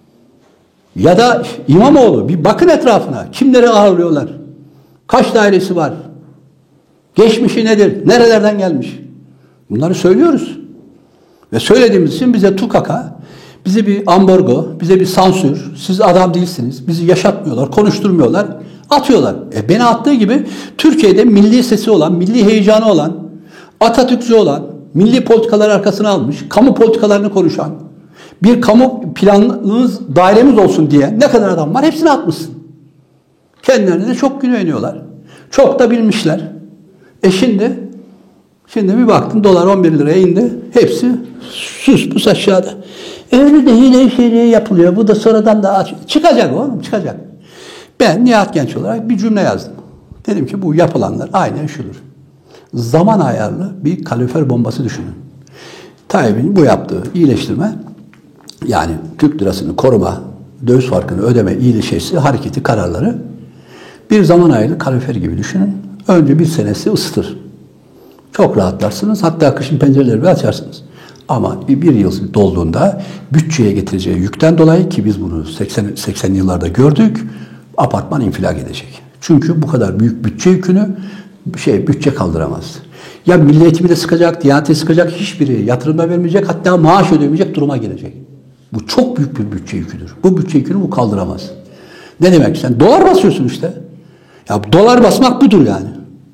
Ya da İmamoğlu bir bakın etrafına. Kimleri ağırlıyorlar? Kaç dairesi var? Geçmişi nedir? Nerelerden gelmiş? Bunları söylüyoruz. Ve söylediğimiz için bize tukaka, bize bir ambargo, bize bir sansür, siz adam değilsiniz, bizi yaşatmıyorlar, konuşturmuyorlar, atıyorlar. E beni attığı gibi Türkiye'de milli sesi olan, milli heyecanı olan, Atatürkçü olan, milli politikalar arkasına almış, kamu politikalarını konuşan, bir kamu planınız, dairemiz olsun diye ne kadar adam var hepsini atmışsın. Kendilerine de çok güveniyorlar. Çok da bilmişler. E şimdi şimdi bir baktım dolar on bir liraya indi. Hepsi sus pus aşağıda. Öyle de hile şeyleri yapılıyor. Bu da sonradan da çıkacak oğlum çıkacak. Ben Nihat Genç olarak bir cümle yazdım. Dedim ki bu yapılanlar aynen şudur. Zaman ayarlı bir kalorifer bombası düşünün. Tayyip'in bu yaptığı iyileştirme yani Türk lirasını koruma, döviz farkını ödeme iyileşmesi, hareketi, kararları bir zaman ayarlı kalorifer gibi düşünün. Önce bir senesi ısıtır. Çok rahatlarsınız. Hatta kışın pencereleri bir açarsınız. Ama bir yıl dolduğunda bütçeye getireceği yükten dolayı ki biz bunu seksen seksenli yıllarda gördük, apartman infilak edecek. Çünkü bu kadar büyük bütçe yükünü şey bütçe kaldıramaz. Ya milli eğitimi de sıkacak, diyaneti sıkacak, hiçbiri yatırımda vermeyecek, hatta maaş ödemeyecek duruma gelecek. Bu çok büyük bir bütçe yüküdür. Bu bütçe yükünü bu kaldıramaz. Ne demek? Sen dolar basıyorsun işte. Ya dolar basmak budur yani.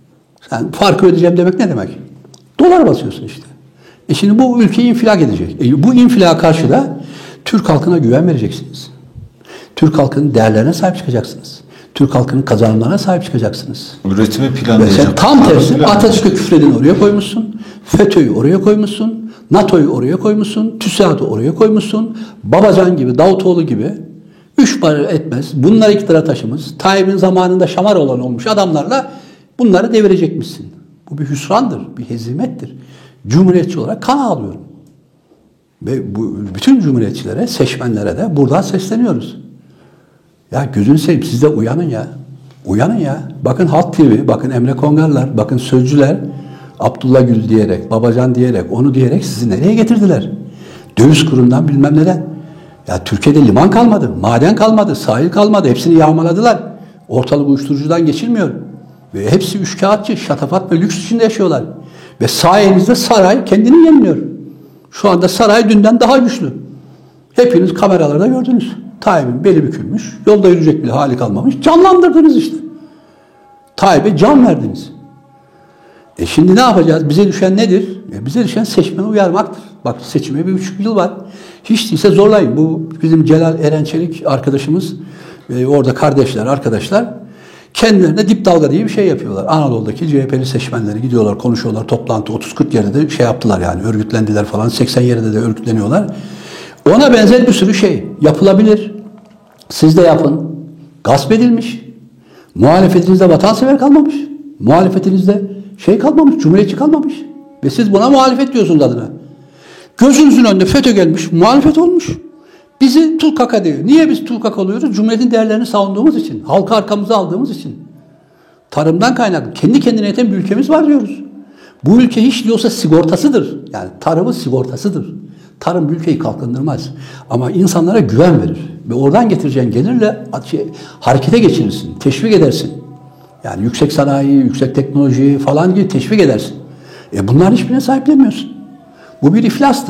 Sen farkı ödeyeceğim demek ne demek? Dolar basıyorsun işte. E şimdi bu ülkeyi infilak edecek. E bu infilaka karşı da Türk halkına güven vereceksiniz. Türk halkının değerlerine sahip çıkacaksınız. Türk halkının kazanımlarına sahip çıkacaksınız. Üretimi planlayacak. Sen tam tersi Atatürk'ü küfredin oraya koymuşsun. FETÖ'yü oraya koymuşsun. NATO'yu oraya koymuşsun. TÜSİAD'ı oraya koymuşsun. Babacan gibi, Davutoğlu gibi üç para etmez. Bunları iktidara taşımış. Tayyip'in zamanında şamar olan olmuş adamlarla bunları devirecekmişsin. Bu bir hüsrandır, bir hezimettir. Cumhuriyetçi olarak kan ağlıyorum. Ve bu bütün cumhuriyetçilere, seçmenlere de buradan sesleniyoruz. Ya gözünü seveyim siz de uyanın ya. Uyanın ya. Bakın Halk T V, bakın Emre Kongarlar, bakın Sözcüler, Abdullah Gül diyerek, Babacan diyerek, onu diyerek sizi nereye getirdiler? Döviz kurundan bilmem neden. Ya Türkiye'de liman kalmadı, maden kalmadı, sahil kalmadı. Hepsini yağmaladılar. Ortalık uyuşturucudan geçilmiyor. Ve hepsi üçkağıtçı, şatafat ve lüks içinde yaşıyorlar. Ve sayenizde saray kendini yeniliyor. Şu anda saray dünden daha güçlü. Hepiniz kameralarda gördünüz. Tayyip'in beli bükülmüş, yolda yürüyecek bile hali kalmamış. Canlandırdınız işte. Tayyip'e can verdiniz. E şimdi ne yapacağız? Bize düşen nedir? E bize düşen seçmeni uyarmaktır. Bak seçime bir buçuk yıl var. Hiç değilse zorlayın. Bu bizim Celal Erençelik arkadaşımız, e, orada kardeşler, arkadaşlar kendilerine dip dalga diye bir şey yapıyorlar. Anadolu'daki C H P'li seçmenleri gidiyorlar, konuşuyorlar, toplantı otuz kırk yerde de şey yaptılar yani örgütlendiler falan. seksen yerde de örgütleniyorlar. Ona benzer bir sürü şey yapılabilir. Siz de yapın. Gasp edilmiş. Muhalefetinizde vatansever kalmamış. Muhalefetinizde şey kalmamış, cumhuriyetçi kalmamış. Ve siz buna muhalefet diyorsunuz adına. Gözünüzün önünde FETÖ gelmiş, muhalefet olmuş. Bizi tulkaka diyor. Niye biz tulkaka oluyoruz? Cumhuriyetin değerlerini savunduğumuz için. Halkı arkamıza aldığımız için. Tarımdan kaynaklı. Kendi kendine yeten bir ülkemiz var diyoruz. Bu ülke hiç diyorsa sigortasıdır. Yani tarımın sigortasıdır. Tarım bir ülkeyi kalkındırmaz. Ama insanlara güven verir. Ve oradan getireceğin gelirle şey, harekete geçirirsin. Teşvik edersin. Yani yüksek sanayi, yüksek teknoloji falan gibi teşvik edersin. E bunların hiçbirine sahiplenmiyorsun. Bu bir iflastır.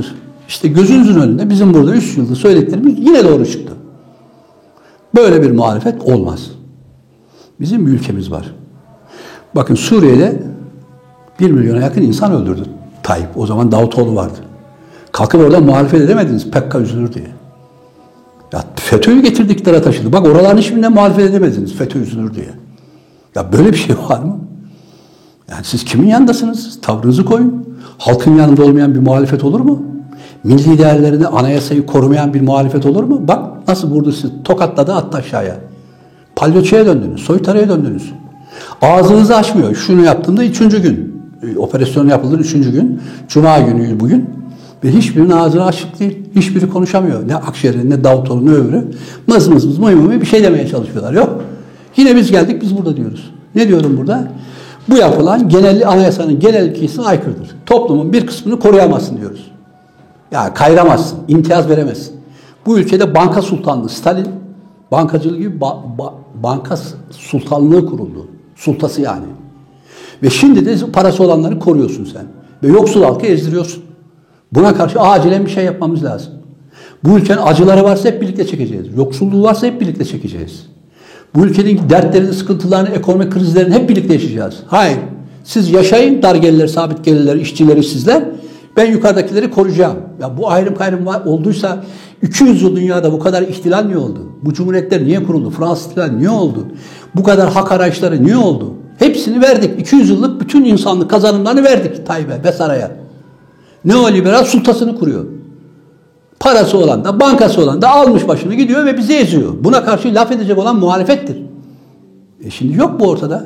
İşte gözünüzün önünde bizim burada üç yılda söylediklerimiz yine doğru çıktı. Böyle bir muhalefet olmaz. Bizim bir ülkemiz var. Bakın Suriye'de bir milyona yakın insan öldürdü Tayyip. O zaman Davutoğlu vardı. Kalkıp oradan muhalefet edemediniz. P K K üzülür diye. Ya FETÖ'yü getirdi iktidara taşıdı. Bak oraların hiçbirinden muhalefet edemediniz. FETÖ üzülür diye. Ya böyle bir şey var mı? Yani siz kimin yanındasınız? Tavrınızı koyun. Halkın yanında olmayan bir muhalefet olur mu? Milli değerlerini, anayasayı korumayan bir muhalefet olur mu? Bak nasıl vurdu sizi. Tokatladı, attı aşağıya. Palyaçoya döndünüz. Soytarıya döndünüz. Ağzınızı açmıyor. Şunu yaptığımda üçüncü gün. Operasyon yapılır üçüncü gün. Cuma günü bugün. Ve hiçbirinin ağzını açık değil. Hiçbiri konuşamıyor. Ne Akşener'in, ne Davutoğlu, ne öbürü. Mız mız mız mıy mıy bir şey demeye çalışıyorlar. Yok. Yine biz geldik, biz burada diyoruz. Ne diyorum burada? Bu yapılan genel anayasanın genel ilkesine aykırıdır. Toplumun bir kısmını koruyamazsın diyoruz. Ya kayıramazsın, imtiyaz veremezsin. Bu ülkede banka sultanlığı, Stalin bankacılığı gibi ba ba banka sultanlığı kuruldu. Sultası yani. Ve şimdi de parası olanları koruyorsun sen. Ve yoksul halkı ezdiriyorsun. Buna karşı acilen bir şey yapmamız lazım. Bu ülkenin acıları varsa hep birlikte çekeceğiz. Yoksulluğu varsa hep birlikte çekeceğiz. Bu ülkenin dertlerini, sıkıntılarını, ekonomik krizlerini hep birlikte yaşayacağız. Hayır. Siz yaşayın, dar gelirler, sabit gelirler, işçileri sizler. Ben yukarıdakileri koruyacağım. Ya bu ayrım gayrım var, olduysa iki yüz yıl dünyada bu kadar ihtilal niye oldu? Bu cumhuriyetler niye kuruldu? Fransız ihtilali niye oldu? Bu kadar hak arayışları niye oldu? Hepsini verdik. iki yüz yıllık bütün insanlık kazanımlarını verdik Tayyip'e ve saraya. Neoliberal sultasını kuruyor. Parası olan da, bankası olan da almış başını gidiyor ve bizi eziyor. Buna karşı laf edecek olan muhalefettir. E şimdi yok bu ortada.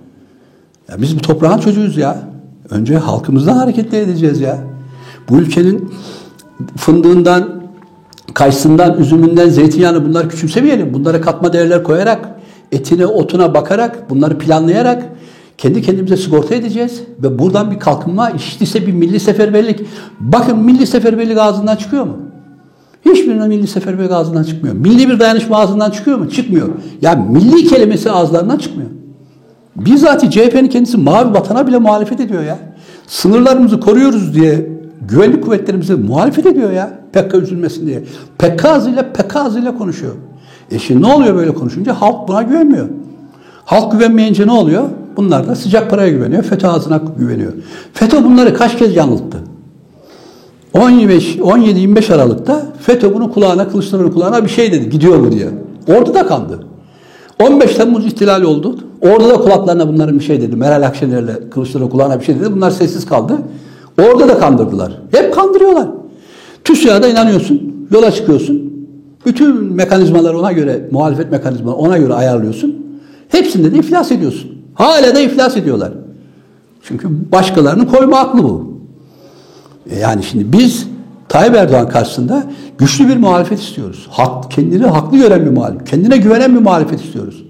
Ya biz bir toprağın çocuğuyuz ya. Önce halkımızdan hareketle edeceğiz ya. Bu ülkenin fındığından, kayısından, üzümünden, zeytinyağını bunları küçümsemeyelim. Bunlara katma değerler koyarak, etine, otuna bakarak, bunları planlayarak kendi kendimize sigorta edeceğiz. Ve buradan bir kalkınma, işte bir milli seferberlik. Bakın milli seferberlik ağzından çıkıyor mu? Hiçbirinin milli seferberlik ağzından çıkmıyor. Milli bir dayanışma ağzından çıkıyor mu? Çıkmıyor. Yani milli kelimesi ağızlarından çıkmıyor. Bizzat C H P'nin kendisi mavi vatana bile muhalefet ediyor ya. Sınırlarımızı koruyoruz diye güvenlik kuvvetlerimize muhalefet ediyor ya. P K K üzülmesin diye. P K K ağzıyla P K K ağzıyla konuşuyor. E şimdi ne oluyor böyle konuşunca? Halk buna güvenmiyor. Halk güvenmeyince ne oluyor? Bunlar da sıcak paraya güveniyor. FETÖ ağzına güveniyor. FETÖ bunları kaç kez yanılttı? on yedi yirmi beş Aralık'ta FETÖ bunun kulağına, Kılıçdaroğlu'nun kulağına bir şey dedi. Gidiyor mu diye. Orada da kandı. on beş Temmuz ihtilali oldu. Orada da kulaklarına bunların bir şey dedi. Meral Akşener'le Kılıçdaroğlu kulağına bir şey dedi. Bunlar sessiz kaldı. Orada da kandırdılar. Hep kandırıyorlar. TÜSİAD'a inanıyorsun. Yola çıkıyorsun. Bütün mekanizmaları ona göre, muhalefet mekanizmaları ona göre ayarlıyorsun. Hepsinde de iflas ediyorsun. Hala da iflas ediyorlar. Çünkü başkalarının koyma aklı bu. E yani şimdi biz Tayyip Erdoğan karşısında güçlü bir muhalefet istiyoruz. Hak, kendini haklı gören bir muhalefet, kendine güvenen bir muhalefet istiyoruz.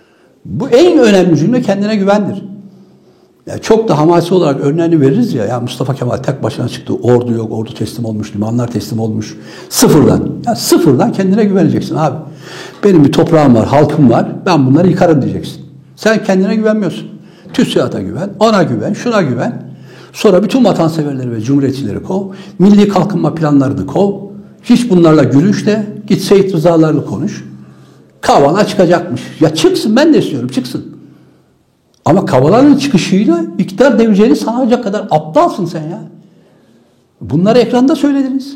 Bu en önemli cümle kendine güvendir. Yani çok da hamasi olarak örneğini veririz ya, ya Mustafa Kemal tek başına çıktı, ordu yok, ordu teslim olmuş, limanlar teslim olmuş. Sıfırdan. Ya sıfırdan kendine güveneceksin abi. Benim bir toprağım var, halkım var, ben bunları yıkarım diyeceksin. Sen kendine güvenmiyorsun. TÜSİAD'a güven, ona güven, şuna güven. Sonra bütün vatanseverleri ve cumhuriyetçileri kov. Milli kalkınma planlarını kov. Hiç bunlarla gülüş de git Seyit Rızalarla konuş. Kavala çıkacakmış. Ya çıksın, ben de istiyorum, çıksın. Ama Kavala'nın çıkışıyla iktidar devireceğini sanacak kadar aptalsın sen ya. Bunları ekranda söylediniz.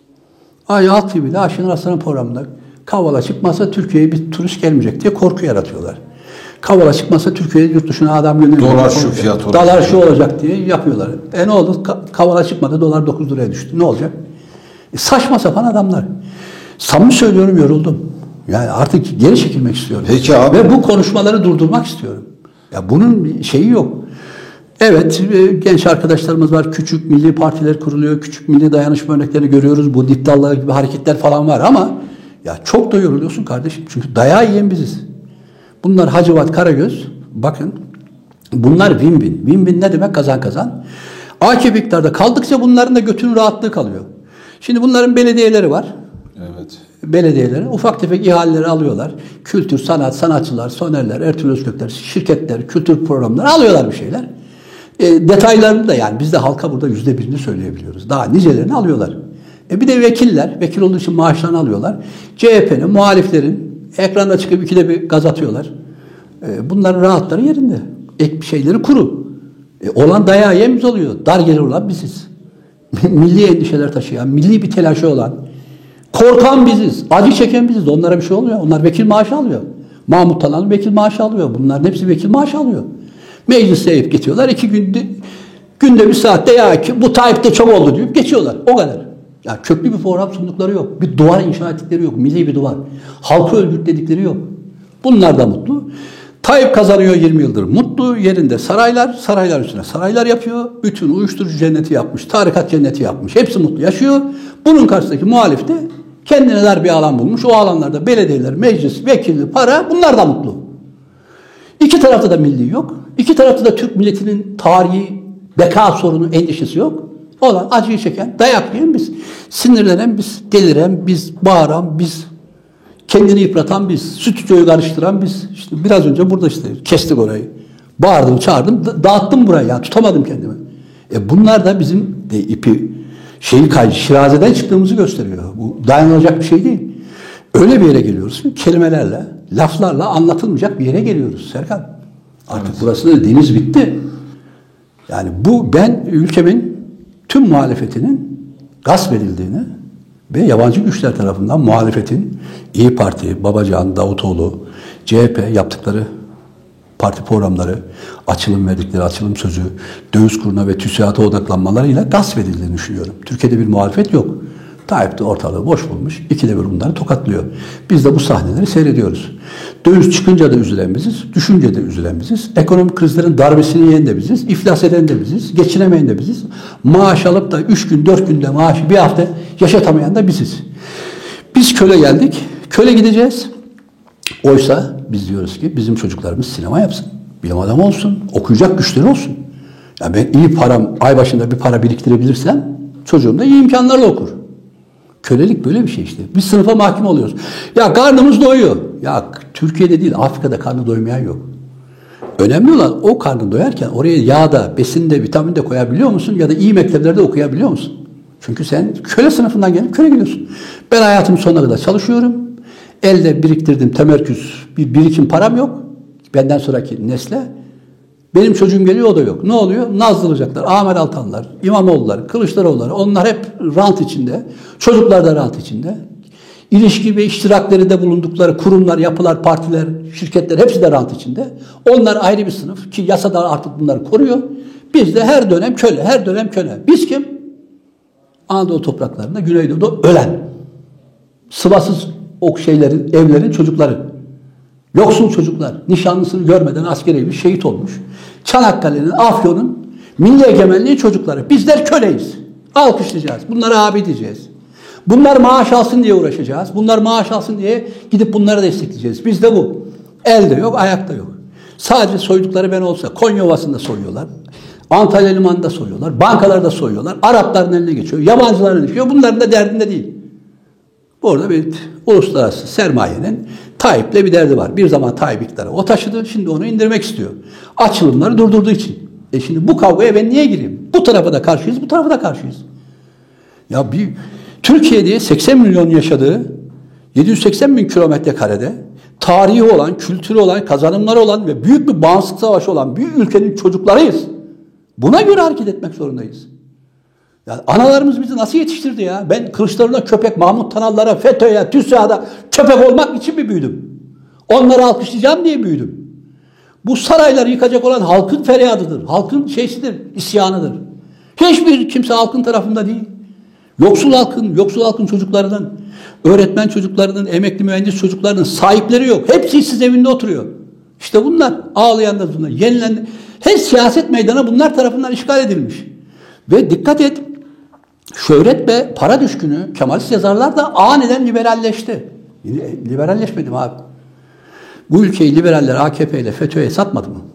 Ay Halk T V'de Ayşenur Aslan'ın programında Kavala çıkmazsa Türkiye'ye bir turist gelmeyecek diye korku yaratıyorlar. Kavala çıkmasa Türkiye'ye yurt dışına adam göndermiyor. Dolar şu fiyat olacak. Dolar şu olacak diye yapıyorlar. E ne oldu? Kavala çıkmadı, dolar dokuz liraya düştü. Ne olacak? E saçma sapan adamlar. Samimi söylüyorum, yoruldum. Yani artık geri çekilmek istiyorum. Peki abi. Ve bu konuşmaları durdurmak istiyorum. Ya bunun şeyi yok. Evet, genç arkadaşlarımız var. Küçük milli partiler kuruluyor. Küçük milli dayanışma örneklerini görüyoruz. Bu diptallar gibi hareketler falan var ama ya çok da yoruluyorsun kardeşim. Çünkü dayağı yiyen biziz. Bunlar Hacivat, Karagöz. Bakın bunlar win-win. Win-win ne demek? Kazan kazan. A K P iktidarda kaldıkça bunların da götünün rahatlığı kalıyor. Şimdi bunların belediyeleri var. Evet. Belediyeleri ufak tefek ihaleleri alıyorlar. Kültür, sanat, sanatçılar, Sonerler, Ertuğrul Özkökler, şirketler, kültür programları alıyorlar bir şeyler. E, detaylarını da yani biz de halka burada yüzde birini söyleyebiliyoruz. Daha nicelerini alıyorlar. E bir de vekiller, vekil olduğu için maaşlarını alıyorlar. C H P'nin, muhaliflerin ekranda çıkıp ikide bir gaz atıyorlar. E bunların rahatları yerinde. Ek bir şeyleri kuru. E olan dayağı yemiz oluyor. Dar gelir olan biziz. Milli endişeler taşıyan, milli bir telaşı olan, korkan biziz, acı çeken biziz. Onlara bir şey olmuyor. Onlar vekil maaşı alıyor. Mahmut Talan vekil maaşı alıyor. Bunların hepsi vekil maaşı alıyor. Meclise eğip geçiyorlar. İki günde, günde bir saatte ya ki bu Tayyip'te çok oldu deyip geçiyorlar. O kadar. Ya köklü bir program sundukları yok. Bir duvar inşa ettikleri yok. Milli bir duvar. Halkı örgütledikleri yok. Bunlar da mutlu. Tayyip kazanıyor yirmi yıldır. Mutlu yerinde saraylar, saraylar üstüne saraylar yapıyor. Bütün uyuşturucu cenneti yapmış, tarikat cenneti yapmış. Hepsi mutlu yaşıyor. Bunun karşısındaki muhalif de kendine dar bir alan bulmuş. O alanlarda belediyeler, meclis, vekilli, para bunlar da mutlu. İki tarafta da milli yok. İki tarafta da Türk milletinin tarihi beka sorunu, endişesi yok. Olan acıyı çeken, dayak yiyen biz. Sinirlenen biz, deliren biz, bağıran biz. Kendini yıpratan biz, stüdyoyu karıştıran biz. İşte biraz önce burada işte kestik orayı. Bağırdım, çağırdım, dağıttım burayı ya, tutamadım kendimi. E bunlar da bizim de ipi, şeyi kay, şirazeden çıktığımızı gösteriyor. Bu dayanılacak bir şey değil. Öyle bir yere geliyoruz ki kelimelerle, laflarla anlatılmayacak bir yere geliyoruz Serkan. Artık evet. Burası da deniz bitti. Yani bu ben ülkemin tüm muhalefetinin gasp edildiğini ve yabancı güçler tarafından muhalefetin İyi Parti, Babacan, Davutoğlu, C H P yaptıkları parti programları, açılım verdikleri açılım sözü, döviz kuruna ve TÜSİAD'a odaklanmalarıyla gasp edildiğini düşünüyorum. Türkiye'de bir muhalefet yok. Tayyip de ortalığı boş bulmuş. İkide bir bunları tokatlıyor. Biz de bu sahneleri seyrediyoruz. Döviz çıkınca da üzülen biziz, düşünce de üzülen biziz. Ekonomik krizlerin darbesini yiyen de biziz, iflas eden de biziz, geçinemeyen de biziz. Maaş alıp da üç gün, dört günde maaşı bir hafta yaşatamayan da biziz. Biz köle geldik, köle gideceğiz. Oysa biz diyoruz ki bizim çocuklarımız sinema yapsın, bilim adamı olsun, okuyacak güçleri olsun. Yani ben iyi param, ay başında bir para biriktirebilirsem çocuğum da iyi imkanlarla okur. Kölelik böyle bir şey işte. Biz sınıfa mahkum oluyoruz. Ya karnımız doyuyor. Ya Türkiye'de değil, Afrika'da karnı doymayan yok. Önemli olan o karnı doyarken oraya yağda, besinde, vitaminde koyabiliyor musun? Ya da iyi mekteplerde okuyabiliyor musun? Çünkü sen köle sınıfından gelip köle geliyorsun. Ben hayatım sonuna kadar çalışıyorum. Elde biriktirdim temerküz bir birikim param yok. Benden sonraki nesle. Benim çocuğum geliyor o da yok. Ne oluyor? Nazlılayacaklar. Ahmet Altanlar, İmamoğulları, Kılıçdaroğulları onlar hep rant içinde. Çocuklar da rant içinde. İlişki ve iştiraklerinde bulundukları kurumlar, yapılar, partiler, şirketler hepsi de rant içinde. Onlar ayrı bir sınıf ki yasada artık bunları koruyor. Biz de her dönem köle, her dönem köle. Biz kim? Anadolu topraklarında, Güneydoğu'da ölen. Sıvasız ok şeylerin, evlerin çocukları. Yoksul çocuklar, nişanlısını görmeden askeri bir şehit olmuş. Çanakkale'nin, Afyon'un milli egemenliği çocukları. Bizler köleyiz. Alkışlayacağız. Bunlara abi diyeceğiz. Bunlar maaş alsın diye uğraşacağız. Bunlar maaş alsın diye gidip bunları destekleyeceğiz. Bizde bu. Elde yok, ayakta yok. Sadece soydukları ben olsa Konya Ovası'nda soyuyorlar. Antalya Limanı'nda soyuyorlar. Bankalarda soyuyorlar. Arapların eline geçiyor. Yabancıların eline geçiyor. Bunların da derdinde değil. Burada bir uluslararası sermayenin Tayyip'le bir derdi var. Bir zaman Tayyip iktidara o taşıdı. Şimdi onu indirmek istiyor. Açılımları durdurduğu için. E şimdi bu kavgaya ben niye gireyim? Bu tarafa da karşıyız, bu tarafa da karşıyız. Ya bir Türkiye'de seksen milyon yaşadığı yedi yüz seksen bin kilometre karede tarihi olan, kültürü olan, kazanımları olan ve büyük bir bağımsızlık savaşı olan bir ülkenin çocuklarıyız. Buna göre hareket etmek zorundayız. Yani analarımız bizi nasıl yetiştirdi ya? Ben Kılıçdaroğlu'na köpek, Mahmut Tanallara, FETÖ'ye, TÜSİAD'a köpek olmak için mi büyüdüm? Onları alkışlayacağım diye büyüdüm. Bu sarayları yıkacak olan halkın feryadıdır. Halkın şeysidir, isyanıdır. Hiçbir kimse halkın tarafında değil. Yoksul halkın, yoksul halkın çocuklarının, öğretmen çocuklarının, emekli mühendis çocuklarının sahipleri yok. Hepsi işsiz evinde oturuyor. İşte bunlar ağlayan da bunlar. Yenilen, her siyaset meydanı bunlar tarafından işgal edilmiş. Ve dikkat et, şöhret ve para düşkünü Kemalist yazarlar da aniden liberalleşti. Liberalleşmedim abi. Bu ülkeyi liberaller A K P ile FETÖ'ye satmadı mı?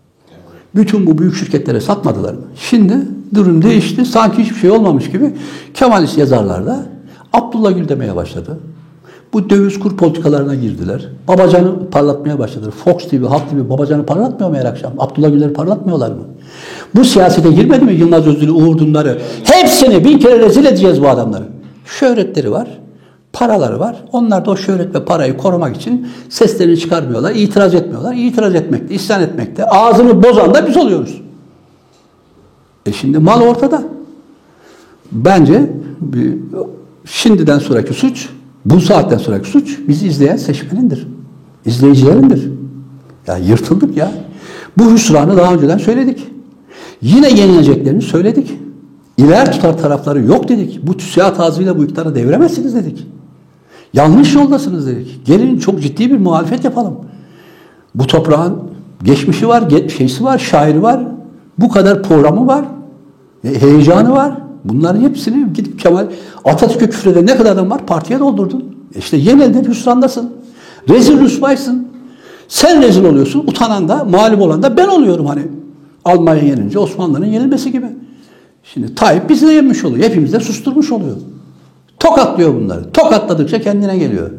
Bütün bu büyük şirketlere satmadılar mı? Şimdi durum değişti. Sanki hiçbir şey olmamış gibi Kemalist yazarlar da Abdullah Gül demeye başladı. Bu döviz kur politikalarına girdiler. Babacan'ı parlatmaya başladılar. Fox T V, Halk T V Babacan'ı parlatmıyor mu her akşam? Abdullah Gül'leri parlatmıyorlar mı? Bu siyasete girmedi mi Yılmaz Özdil'i, Uğur Dündar'ı? Hepsini bin kere rezil edeceğiz bu adamları. Şöhretleri var, paraları var. Onlar da o şöhret ve parayı korumak için seslerini çıkarmıyorlar, itiraz etmiyorlar. İtiraz etmekte, isyan etmekte. Ağzını bozan da biz oluyoruz. E şimdi mal ortada. Bence bir, şimdiden sonraki suç, bu saatten sonraki suç bizi izleyen seçmenindir. İzleyicilerindir. Ya yırtıldık ya. Bu hüsranı daha önceden söyledik. Yine yenileceklerini söyledik. İler tutar tarafları yok dedik. Bu TÜSİAD ağzıyla bu iktidarı deviremezsiniz dedik. Yanlış yoldasınız dedik. Gelin çok ciddi bir muhalefet yapalım. Bu toprağın geçmişi var, şeysi var, şairi var. Bu kadar programı var. Heyecanı var. Bunların hepsini gidip Kemal Atatürk'e küfreden ne kadar adam var partiye doldurdun. İşte yenildin, hüsrandasın. Rezil rüsvaysın. Sen rezil oluyorsun. Utanan da, mağlup olan da ben oluyorum hani. Almanya yenince Osmanlı'nın yenilmesi gibi. Şimdi Tayyip bizi de yenmiş oluyor. Hepimiz de susturmuş oluyor. Tokatlıyor bunları. Tokatladıkça kendine geliyor.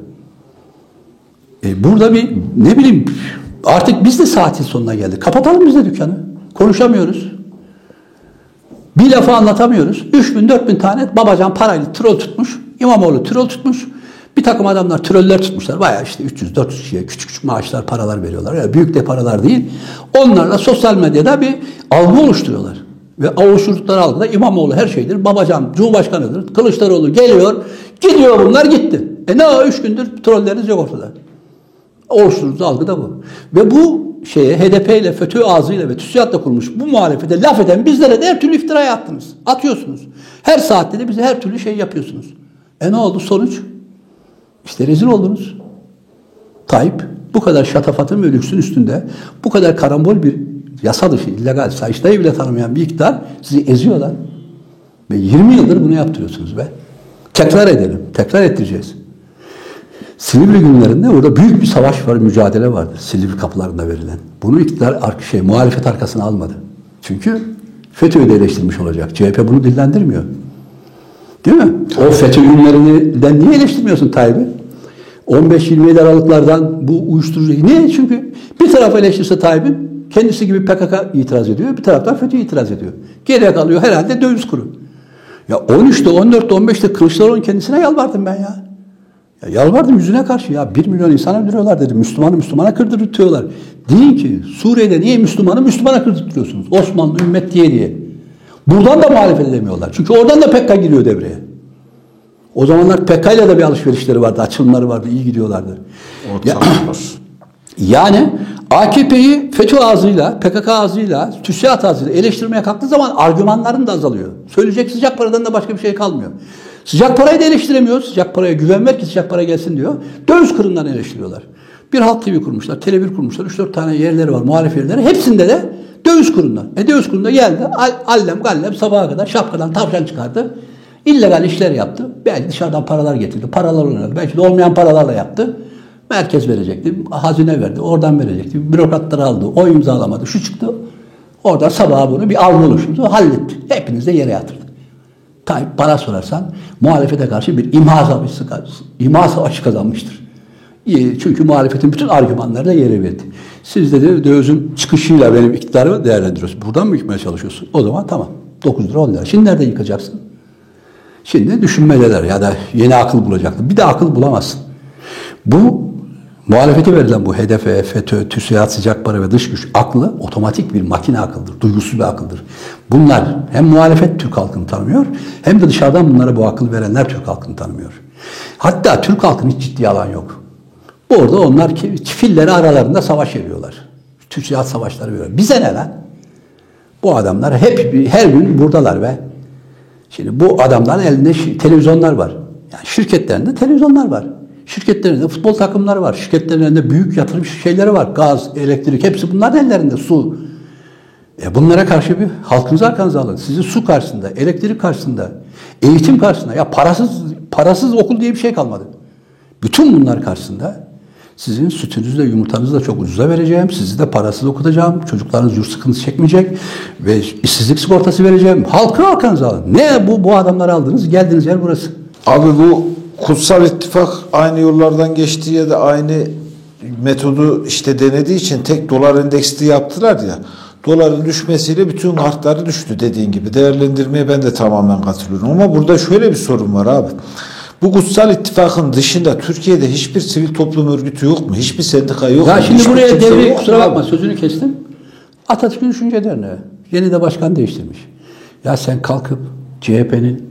E burada bir ne bileyim artık biz de saatin sonuna geldik. Kapatalım biz de dükkanı. Konuşamıyoruz. Bir lafı anlatamıyoruz. Üç bin dört bin tane babacan parayla troll tutmuş. İmamoğlu troll tutmuş. Bir takım adamlar troller tutmuşlar. Bayağı işte üç yüz dört yüz kişiye küçük küçük maaşlar, paralar veriyorlar. Yani büyük de paralar değil. Onlarla sosyal medyada bir algı oluşturuyorlar. Ve oluşturdukları algıda İmamoğlu her şeydir. Babacan Cumhurbaşkanı'dır. Kılıçdaroğlu geliyor. Gidiyor bunlar gitti. E ne o üç gündür trolleriniz yok ortada. Oluşturduğunuz algı da bu. Ve bu şeye H D P ile FETÖ ağzıyla ve TÜSİAD'la kurmuş bu muhalefete laf eden bizlere de her türlü iftiraya attınız. Atıyorsunuz. Her saatte de bize her türlü şey yapıyorsunuz. E ne oldu sonuç? İşte rezil oldunuz. Tayyip bu kadar şatafatın ve lüksün üstünde bu kadar karambol bir yasa dışı, illegal, Sayıştay'ı bile tanımayan bir iktidar sizi eziyorlar. Ve yirmi yıldır bunu yaptırıyorsunuz be. Tekrar edelim. Tekrar ettireceğiz. Silivri günlerinde orada büyük bir savaş var, mücadele vardır. Silivri kapılarında verilen. Bunu iktidar şey, muhalefet arkasına almadı. Çünkü FETÖ'yü de eleştirmiş olacak. C H P bunu dillendirmiyor. Değil mi? O FETÖ günlerinden niye eleştirmiyorsun Tayyip'i? on beş yirmi yedi Aralıklardan bu uyuşturucu. Niye? Çünkü bir taraf eleştirse Tayyip'in kendisi gibi P K K itiraz ediyor. Bir taraftan FETÖ itiraz ediyor. Geriye kalıyor herhalde döviz kuru. Ya on üçte, on dörtte, on beşte Kılıçdaroğlu'nun kendisine yalvardım ben ya. Ya yalvardım yüzüne karşı ya. Bir milyon insan öldürüyorlar dedi. Müslümanı Müslümana kırdırtıyorlar. Deyin ki Suriye'de niye Müslümanı Müslümana kırdırtıyorsunuz? Osmanlı ümmet diye diye. Buradan da muhalefet edemiyorlar. Çünkü oradan da P K K giriyor devreye. O zamanlar P K K ile de bir alışverişleri vardı. Açılımları vardı. İyi gidiyorlardı. Ya, yani A K P'yi FETÖ ağzıyla, P K K ağzıyla, TÜSİAD ağzıyla eleştirmeye kalktığı zaman argümanların da azalıyor. Söyleyecek sıcak paradan da başka bir şey kalmıyor. Sıcak parayı da eleştiremiyor. Sıcak paraya güven ver ki sıcak para gelsin diyor. Döviz kurundan eleştiriyorlar. Bir Halk T V kurmuşlar, Tele bir kurmuşlar. üç dört tane yerleri var, muhalif yerleri. Hepsinde de döviz kurundan. E döviz kurunda geldi. Allem gallem sabaha kadar şapkadan tavşan çıkardı. İllegal işler yaptı. Belki dışarıdan paralar getirdi. Paralar oynadı. Belki de olmayan paralarla yaptı. Merkez verecekti. Hazine verdi. Oradan verecekti. Bürokratları aldı. O imzalamadı. Şu çıktı. Orada sabaha bunu bir algı oluşturdu. Halletti. Hepiniz de yere yatırdı. Tayyip bana sorarsan muhalefete karşı bir imha savaşı, imha savaşı kazanmıştır. Çünkü muhalefetin bütün argümanları da yere verdi. Siz de, de dövizin çıkışıyla benim iktidarımı değerlendiriyorsun. Buradan mı yıkmaya çalışıyorsun? O zaman tamam. dokuz lira on lira. Şimdi nerede yıkacaksın? Şimdi düşünmedeler ya da yeni akıl bulacaktır. Bir de akıl bulamazsın. Bu muhalefete verilen bu H D P, FETÖ, TÜSİAD, sıcak para ve dış güç aklı otomatik bir makine akıldır. Duygusuz bir akıldır. Bunlar hem muhalefet Türk halkını tanımıyor hem de dışarıdan bunlara bu akıl verenler Türk halkını tanımıyor. Hatta Türk halkının hiç ciddi alan yok. Orada onlar filleri aralarında savaş veriyorlar. TÜSİAD savaşları veriyor. Bize ne lan? Bu adamlar hep her gün buradalar ve şimdi bu adamların elinde televizyonlar var. Yani şirketlerinde televizyonlar var. Şirketlerinde futbol takımları var. Şirketlerinde büyük yatırım şeyleri var. Gaz, elektrik hepsi bunların ellerinde. Su. E bunlara karşı bir halkınızı arkanıza alın. Sizi su karşısında, elektrik karşısında, eğitim karşısında ya parasız parasız okul diye bir şey kalmadı. Bütün bunlar karşısında sizin sütünüzü de yumurtanızı da çok ucuza vereceğim. Sizi de parasız okutacağım. Çocuklarınız yurt sıkıntısı çekmeyecek. Ve işsizlik sigortası vereceğim. Halkı arkanıza alın. Ne bu bu adamları aldınız? Geldiğiniz yer burası. Abi bu Kutsal İttifak aynı yollardan geçtiği ya da aynı metodu işte denediği için tek dolar endeksli yaptılar ya. Doların düşmesiyle bütün kartları düştü dediğin gibi. Değerlendirmeye ben de tamamen katılıyorum. Ama burada şöyle bir sorun var abi. Bu kutsal ittifakın dışında Türkiye'de hiçbir sivil toplum örgütü yok mu? Hiçbir sendika yok Ya mu? şimdi Hiçbir buraya kimse devri yok kusura mu bakma abi? sözünü kestim. Atatürk'ün Düşünce Derneği. Yeni de başkan değiştirmiş. Ya sen kalkıp C H P'nin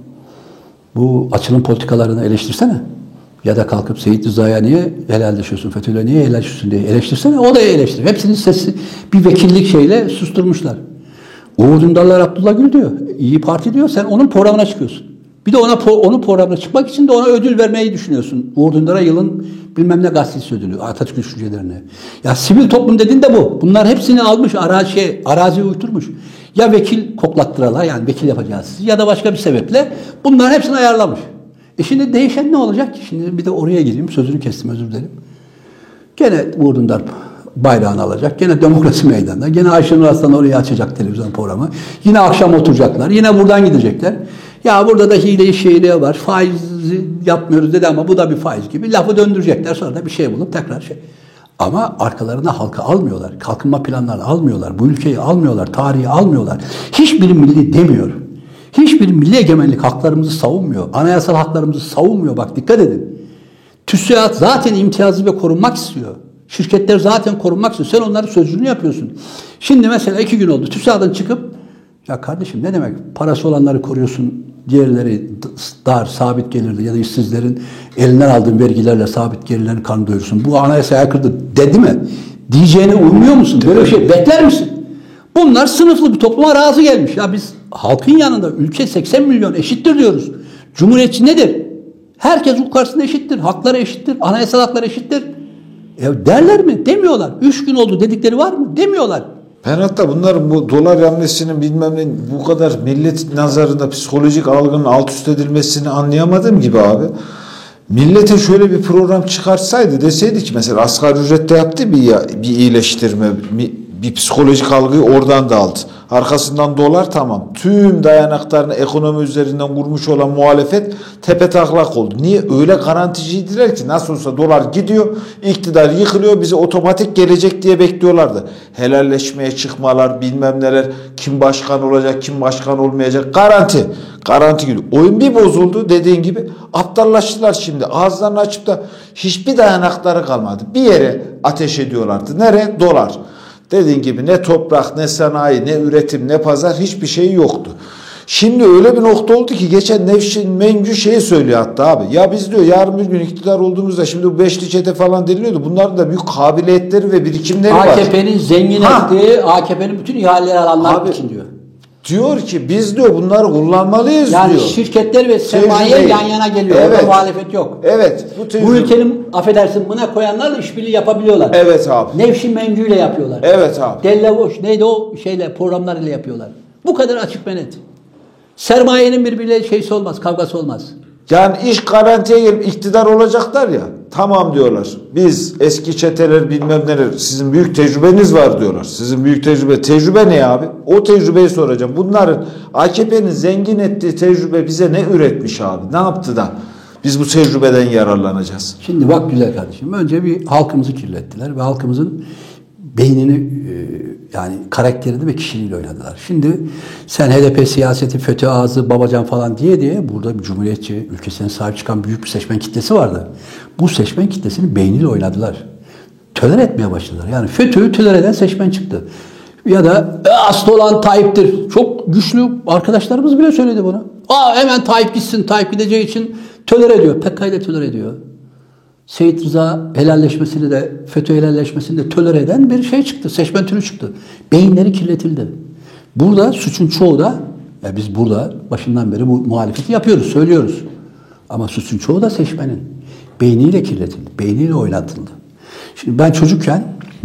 bu açılım politikalarını eleştirsene. Ya da kalkıp Seyit Rıza'ya niye helalleşiyorsun, FETÖ'yle niye helalleşiyorsun diye eleştirsene. O da eleştirir. Hepsinin sesi bir vekillik şeyle susturmuşlar. Uğur Dündarlar Abdullah Gül diyor. İyi Parti diyor. Sen onun programına çıkıyorsun. Bir de ona onun programına çıkmak için de ona ödül vermeyi düşünüyorsun. Uğur Dündar'a yılın bilmem ne gazetesi ödülü. Atatürk Düşünce Derneği. Ya sivil toplum dediğin de bu. Bunlar hepsini almış. Arazi, şey, araziye uyturmuş. Ya vekil koklattıralar yani vekil yapacağız siz ya da başka bir sebeple bunların hepsini ayarlamış. E şimdi değişen ne olacak ki? Şimdi bir de oraya gireyim. Sözünü kestim özür dilerim. Gene Uğur Dündar bayrağını alacak. Gene demokrasi meydanında. Gene Ayşenur Aslan oraya açacak televizyon programı. Yine akşam oturacaklar. Yine buradan gidecekler. Ya burada da hile şeyliğe var. Faiz yapmıyoruz dedi ama bu da bir faiz gibi. Lafı döndürecekler. Sonra da bir şey bulup tekrar şey. Ama arkalarına halkı almıyorlar. Kalkınma planlarını almıyorlar. Bu ülkeyi almıyorlar. Tarihi almıyorlar. Hiçbir milli demiyor. Hiçbir milli egemenlik haklarımızı savunmuyor. Anayasal haklarımızı savunmuyor. Bak dikkat edin. TÜSİAD zaten imtiyazlı ve korunmak istiyor. Şirketler zaten korunmak istiyor. Sen onların sözünü yapıyorsun. Şimdi mesela iki gün oldu. TÜSİAD'ın çıkıp ya kardeşim ne demek parası olanları koruyorsun, diğerleri dar, sabit gelirli ya da işsizlerin elinden aldığın vergilerle sabit gelirlerini karnı doyursun. Bu anayasaya aykırıdır dedi mi? Diyeceğine uymuyor musun? Böyle bir şey bekler misin? Bunlar sınıflı bir topluma razı gelmiş. Ya biz halkın yanında ülke seksen milyon eşittir diyoruz. Cumhuriyetçi nedir? Herkes hukuk karşısında eşittir. Hakları eşittir. Anayasal haklar eşittir. E derler mi? Demiyorlar. Üç gün oldu dedikleri var mı? Demiyorlar. Ben hatta bunların bu dolar hamlesinin bilmem ne bu kadar millet nazarında psikolojik algının alt üst edilmesini anlayamadığım gibi abi. Millete şöyle bir program çıkarsaydı deseydi ki mesela asgari ücrette yaptı bir, bir iyileştirme, bir, bir psikolojik algıyı oradan da aldı. Arkasından dolar tamam. Tüm dayanaklarını ekonomi üzerinden kurmuş olan muhalefet tepetaklak oldu. Niye? Öyle garanticiydiler ki nasıl olsa dolar gidiyor, iktidar yıkılıyor, bize otomatik gelecek diye bekliyorlardı. Helalleşmeye çıkmalar, bilmem neler, kim başkan olacak, kim başkan olmayacak garanti. Garanti gidiyor. Oyun bir bozuldu dediğin gibi aptallaştılar şimdi. Ağızlarını açıp da hiçbir dayanakları kalmadı. Bir yere ateş ediyorlardı. Nereye? Dolar. Dediğin gibi ne toprak, ne sanayi, ne üretim, ne pazar hiçbir şey yoktu. Şimdi öyle bir nokta oldu ki geçen Nevşin Mengü şeyi söylüyor hatta abi. Ya biz diyor yarın bir gün iktidar olduğumuzda şimdi bu beşli çete falan deniliyordu. Bunların da büyük kabiliyetleri ve birikimleri var. A K P'nin zengin Ha. ettiği, A K P'nin bütün ihaleleri alanlar Abi, için diyor. Diyor ki biz diyor bunları kullanmalıyız Yani diyor. şirketler ve sermaye Tecrübeyi. yan yana geliyor. Evet. Orada muhalefet yok. Evet. Bu, Bu tecrübe. ülkenin affedersin buna koyanlarla işbirliği yapabiliyorlar. Evet abi. Nevşin Mengü ile yapıyorlar. Evet abi. Dellevoş neydi o şeyle programlarıyla yapıyorlar. Bu kadar açık ve net. Sermayenin birbiriyle şeysi olmaz, kavgası olmaz. Yani iş garantiye gelip iktidar olacaklar ya. Tamam diyorlar. Biz eski çeteler bilmem neler sizin büyük tecrübeniz var diyorlar. Sizin büyük tecrübe. Tecrübe ne abi? O tecrübeyi soracağım. Bunların A K P'nin zengin ettiği tecrübe bize ne üretmiş abi? Ne yaptı da biz bu tecrübeden yararlanacağız? Şimdi bak güzel kardeşim. Önce bir halkımızı kirlettiler ve halkımızın beynini yani karakterini ve kişiliğiyle oynadılar. Şimdi sen H D P siyaseti, FETÖ ağzı, Babacan falan diye diye burada bir cumhuriyetçi, ülkesine sahip çıkan büyük bir seçmen kitlesi vardı. Bu seçmen kitlesini beyniyle oynadılar. Töler etmeye başladılar. Yani FETÖ'yü töler eden seçmen çıktı. Ya da e, aslı olan Tayyip'tir. Çok güçlü arkadaşlarımız bile söyledi bunu. Aa hemen Tayyip gitsin, Tayyip gideceği için töler ediyor. P K K'yı da töler ediyor. Seyit Rıza helalleşmesini de, FETÖ helalleşmesini de tolere eden bir şey çıktı. Seçmen türü çıktı. Beyinleri kirletildi. Burada suçun çoğu da, ya biz burada başından beri bu muhalefeti yapıyoruz, söylüyoruz. Ama suçun çoğu da seçmenin. Beyniyle kirletildi, beyniyle oynatıldı. Şimdi ben çocukken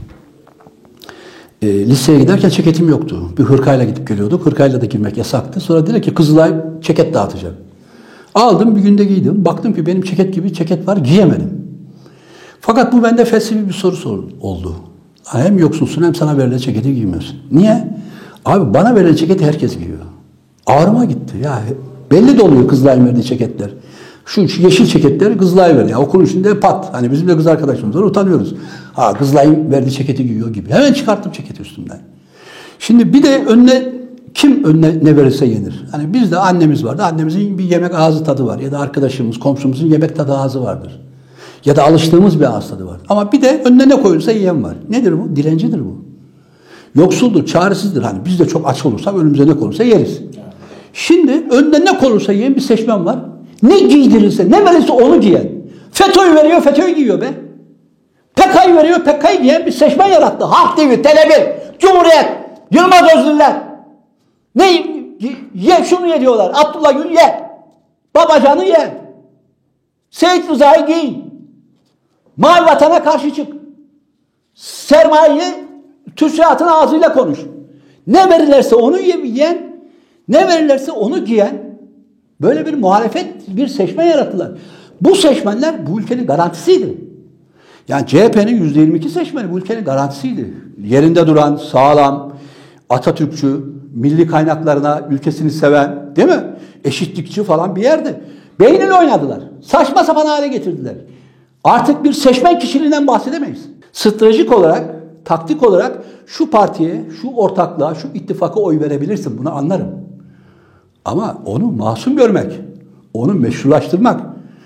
e, liseye giderken ceketim yoktu. Bir hırkayla gidip geliyorduk. Hırkayla da girmek yasaktı. Sonra dediler ki Kızılay ceket dağıtacak. Aldım bir günde giydim. Baktım ki benim ceket gibi ceket var, giyemedim. Fakat bu bende felsefi bir soru sordu, oldu. Hem yoksulsun hem sana verilen ceketi giymiyorsun. Niye? Abi bana verilen ceketi herkes giyiyor. Ağrıma gitti. Ya belli de oluyor Kızılay'ın verdiği ceketler. Şu yeşil ceketleri Kızılay veriyor. Ya okulun içinde pat. Hani bizim de kız arkadaşımız var, utanıyoruz. Ha Kızılay'ın verdiği ceketi giyiyor gibi. Hemen çıkarttım ceketi üstümden. Şimdi bir de önüne kim önüne ne verirse yenir. Hani bizde annemiz vardı. Annemizin bir yemek ağzı tadı var. Ya da arkadaşımız, komşumuzun yemek tadı ağzı vardır. Ya da alıştığımız bir ağız tadı var. Ama bir de önüne ne koyulursa yiyen var. Nedir bu? Dilencidir bu. Yoksuldur, çaresizdir. Hani biz de çok aç olursak önümüze ne konursa yeriz. Şimdi önüne ne konursa yiyen bir seçmen var. Ne giydirirse, ne verirse onu giyen. FETÖ'yü veriyor, FETÖ'yü giyiyor be. P K K'yı veriyor, P K'yı giyen bir seçmen yarattı. Halk T V, Tele bir, Cumhuriyet, Yılmaz Özdiller. Ne ye şunu ye diyorlar. Abdullah Gül ye. Babacan'ı ye. Seyit Rıza'yı giy. Mavi vatana karşı çık. Sermayeyi TÜSİAD'ın ağzıyla konuş. Ne verirlerse onu yiyen, ne verirlerse onu giyen böyle bir muhalefet, bir seçmen yarattılar. Bu seçmenler bu ülkenin garantisiydi. Yani C H P'nin yüzde yirmi iki seçmeni bu ülkenin garantisiydi. Yerinde duran, sağlam, Atatürkçü, milli kaynaklarına, ülkesini seven, değil mi? Eşitlikçi falan bir yerdi. Beynini oynadılar. Saçma sapan hale getirdiler. Artık bir seçmen kişiliğinden bahsedemeyiz. Stratejik olarak, taktik olarak şu partiye, şu ortaklığa, şu ittifaka oy verebilirsin. Bunu anlarım. Ama onu masum görmek, onu meşrulaştırmak.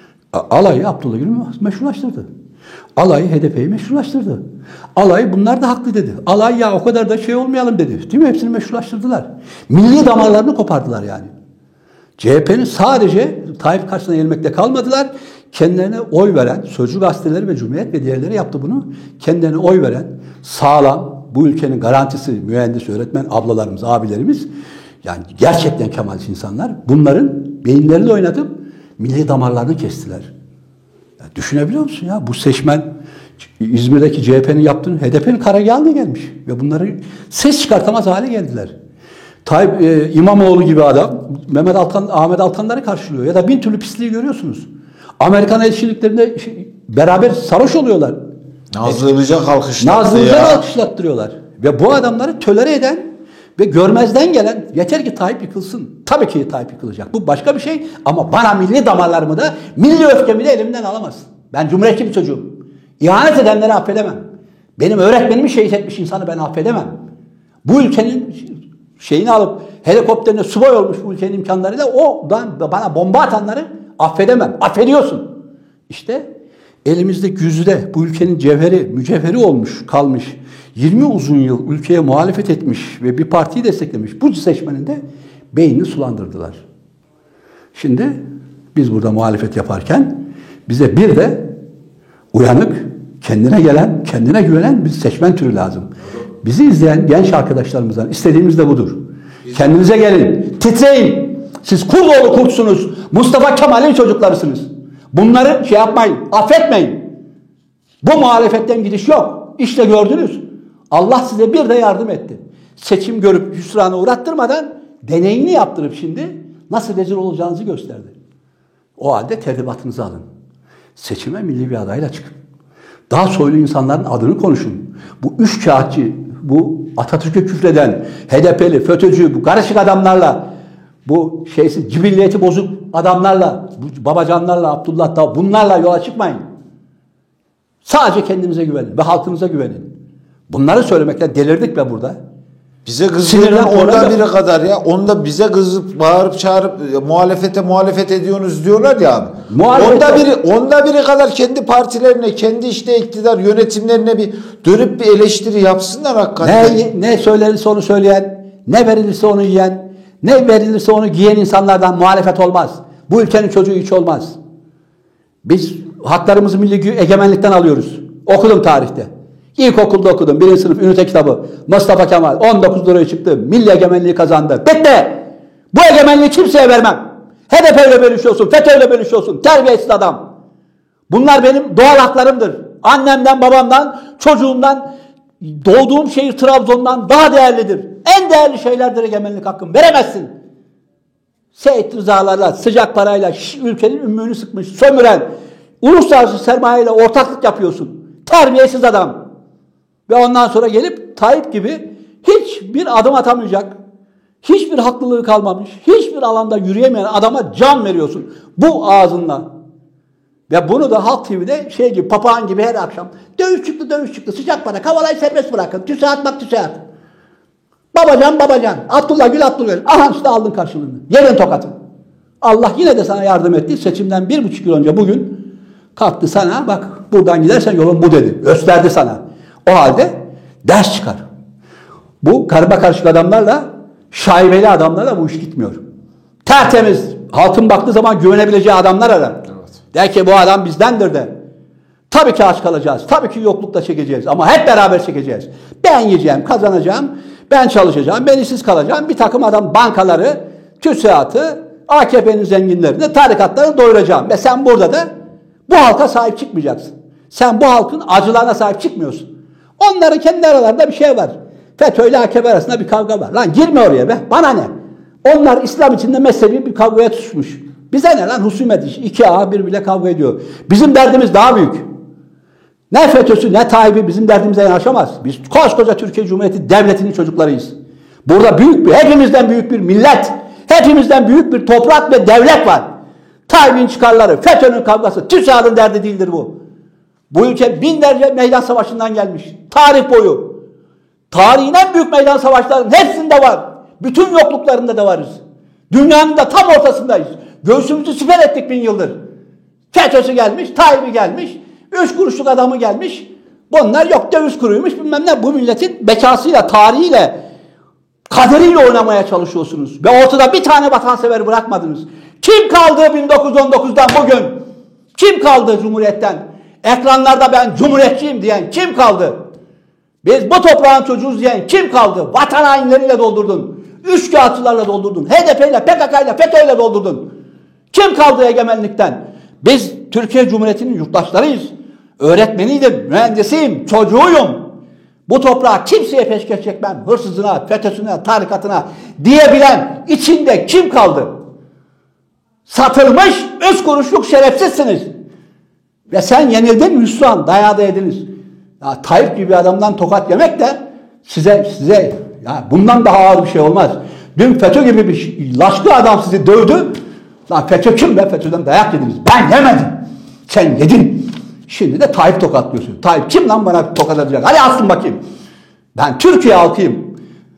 Alayı Abdullah Gül meşrulaştırdı. Alay H D P'yi meşrulaştırdı. Alay bunlar da haklı dedi. Alay ya o kadar da şey olmayalım dedi. Değil mi? Hepsini meşrulaştırdılar. Milli damarlarını kopardılar yani. C H P'nin sadece Tayyip karşısına yenilmekte kalmadılar. Kendilerine oy veren, Sözcü gazeteleri ve Cumhuriyet ve diğerleri yaptı bunu. Kendilerine oy veren, sağlam, bu ülkenin garantisi, mühendis, öğretmen ablalarımız, abilerimiz, yani gerçekten kemalist insanlar, bunların beyinlerini oynatıp milli damarlarını kestiler. Ya düşünebiliyor musun ya? Bu seçmen İzmir'deki C H P'nin yaptığını H D P'nin karargahına gelmiş. Ve bunları ses çıkartamaz hale geldiler. Tayyip e, İmamoğlu gibi adam Mehmet Altan, Ahmet Altanları karşılıyor. Ya da bin türlü pisliği görüyorsunuz. Amerikan elçiliklerinde şey, beraber sarhoş oluyorlar. Nazlı Ilıcak alkışlattı Nazlı ya. Ilıcak alkışlattırıyorlar. Ve bu adamları tölere eden ve görmezden gelen, yeter ki Tayyip yıkılsın. Tabii ki Tayyip yıkılacak. Bu başka bir şey ama bana milli damarlarımı da, milli öfkemi de elimden alamazsın. Ben cumhuriyetçi bir çocuğum. İhanet edenleri affedemem. Benim öğretmenimi şehit etmiş insanı ben affedemem. Bu ülkenin şeyini alıp helikopterine subay olmuş bu ülkenin imkanlarıyla o bana bomba atanları affedemem. Affediyorsun. İşte elimizde güzde bu ülkenin cevheri, mücevheri olmuş, kalmış. yirmi uzun yıl ülkeye muhalefet etmiş ve bir partiyi desteklemiş. Bu seçmenin de beynini sulandırdılar. Şimdi biz burada muhalefet yaparken bize bir de uyanık, kendine gelen, kendine güvenen bir seçmen türü lazım. Bizi izleyen genç arkadaşlarımızdan istediğimiz de budur. Kendinize gelin, titreyin. Siz Kurdoğlu kurtsunuz, Mustafa Kemal'in çocuklarısınız. Bunları şey yapmayın, affetmeyin. Bu muhalefetten gidiş yok. İşte gördünüz. Allah size bir de yardım etti. Seçim görüp hüsrana uğrattırmadan deneyini yaptırıp şimdi nasıl rezil olacağınızı gösterdi. O halde tertibatınızı alın. Seçime milli bir adayla çıkın. Daha soylu insanların adını konuşun. Bu üç kağıtçı, bu Atatürk'e küfreden, H D P'li, FETÖ'cü, bu karışık adamlarla, bu şeysiz, cibilliyeti bozuk adamlarla, bu babacanlarla, Abdullah da bunlarla yola çıkmayın. Sadece kendinize güvenin ve halkınıza güvenin. Bunları söylemekten delirdik be burada. Bize kızıyorlar onda biri kadar ya. Onda bize kızıp bağırıp çağırıp e, muhalefete muhalefet ediyorsunuz diyorlar ya abi. Muhalefete... Onda biri onda biri kadar kendi partilerine, kendi işte iktidar yönetimlerine bir dönüp bir eleştiri yapsınlar hakikaten. Ne, ne söylenirse onu söyleyen, ne verilirse onu yiyen, ne verilirse onu giyen insanlardan muhalefet olmaz. Bu ülkenin çocuğu hiç olmaz. Biz haklarımızı milli egemenlikten alıyoruz. Okudum tarihte. İlkokulda okudum. Birinci sınıf ünite kitabı. Mustafa Kemal on dokuz liraya çıktı. Milli egemenliği kazandı. Bitti. Bu egemenliği kimseye vermem. H D P ile bölüşüyorsun. FETÖ ile bölüşüyorsun. Terbiyesiz adam. Bunlar benim doğal haklarımdır. Annemden, babamdan, çocuğumdan, doğduğum şehir Trabzon'dan daha değerlidir. En değerli şeylerdir egemenlik hakkım. Veremezsin. Seyit Rızalarla, sıcak parayla ülkenin ümmüğünü sıkmış, sömüren, uluslararası sermayeyle ortaklık yapıyorsun. Terbiyesiz adam. Ve ondan sonra gelip Tayyip gibi hiçbir adım atamayacak, hiçbir haklılığı kalmamış, hiçbir alanda yürüyemeyen adama can veriyorsun. Bu ağzınla. Ve bunu da Halk T V'de şey gibi, papağan gibi her akşam dövüş çıktı, dövüş çıktı, sıcak para, kavalayı serbest bırakın, TÜSİAD bak TÜSİAD. Babacan babacan. Abdullah Gül Abdullah Gül. Aha işte aldın karşılığını. Yedin tokatı. Allah yine de sana yardım etti. Seçimden bir buçuk yıl önce bugün kalktı sana, bak buradan gidersen yolun bu dedi. Gösterdi sana. O halde ders çıkar. Bu karma karışık adamlarla, şaibeli adamlarla bu iş gitmiyor. Tertemiz, halkın baktığı zaman güvenebileceği adamlar arar. Evet. Der ki bu adam bizdendir de. Tabii ki aç kalacağız. Tabii ki yoklukta çekeceğiz. Ama hep beraber çekeceğiz. Ben yiyeceğim, kazanacağım. Ben çalışacağım. Ben işsiz kalacağım. Bir takım adam bankaları, TÜSİAD'ı, A K P'nin zenginlerini, tarikatlarını doyuracağım. Ve sen burada da bu halka sahip çıkmayacaksın. Sen bu halkın acılarına sahip çıkmıyorsun. Onların kendi aralarında bir şey var. FETÖ ile A K P arasında bir kavga var. Lan girme oraya be. Bana ne? Onlar İslam içinde mezhebi bir kavgaya tutuşmuş. Bize ne lan husumet iş. İki ağa birbiriyle kavga ediyor. Bizim derdimiz daha büyük. Ne FETÖ'sü ne Tayyip'i bizim derdimize yanaşamaz. Biz koskoca Türkiye Cumhuriyeti Devleti'nin çocuklarıyız. Burada büyük bir, hepimizden büyük bir millet, hepimizden büyük bir toprak ve devlet var. Tayyip'in çıkarları, FETÖ'nün kavgası, TÜSİAD'ın derdi değildir bu. Bu ülke binlerce meydan savaşından gelmiş. Tarih boyu. Tarihin en büyük meydan savaşlarının hepsinde var. Bütün yokluklarında da varız. Dünyanın da tam ortasındayız. Göğsümüzü siper ettik bin yıldır. FETÖ'sü gelmiş, Tayyip'i gelmiş, üç kuruşluk adamı gelmiş. Bunlar yok döviz kuruymuş bilmem ne. Bu milletin bekasıyla, tarihiyle, kaderiyle oynamaya çalışıyorsunuz. Ve ortada bir tane vatansever bırakmadınız. Kim kaldı bin dokuz yüz on dokuzdan bugün? Kim kaldı Cumhuriyet'ten? Ekranlarda ben Cumhuriyetçiyim diyen kim kaldı? Biz bu toprağın çocuğuz diyen kim kaldı? Vatan hainleriyle doldurdun. Üçkağıtçılarla doldurdun. H D P ile, P K K ile, FETÖ ile doldurdun. Kim kaldı egemenlikten? Biz Türkiye Cumhuriyeti'nin yurttaşlarıyız. Öğretmeniydim, mühendisiyim, çocuğuyum. Bu toprağı kimseye peşkeş çekmem. Hırsızına, FETÖ'süne, tarikatına diyebilen içinde kim kaldı? Satılmış üç kuruşluk şerefsizsiniz. Ve sen yenildin Müslüman, dayağı da yediniz. Ya Tayyip gibi adamdan tokat yemek de size size ya bundan daha ağır bir şey olmaz. Dün FETÖ gibi bir laşkı adam sizi dövdü. Lan FETÖ kim be? FETÖ'den dayak yediniz. Ben yemedim. Sen yedin. Şimdi de Tayyip tokatlıyorsun. Tayyip kim lan bana tokat atacak? Hadi asın bakayım. Ben Türkiye halkıyım.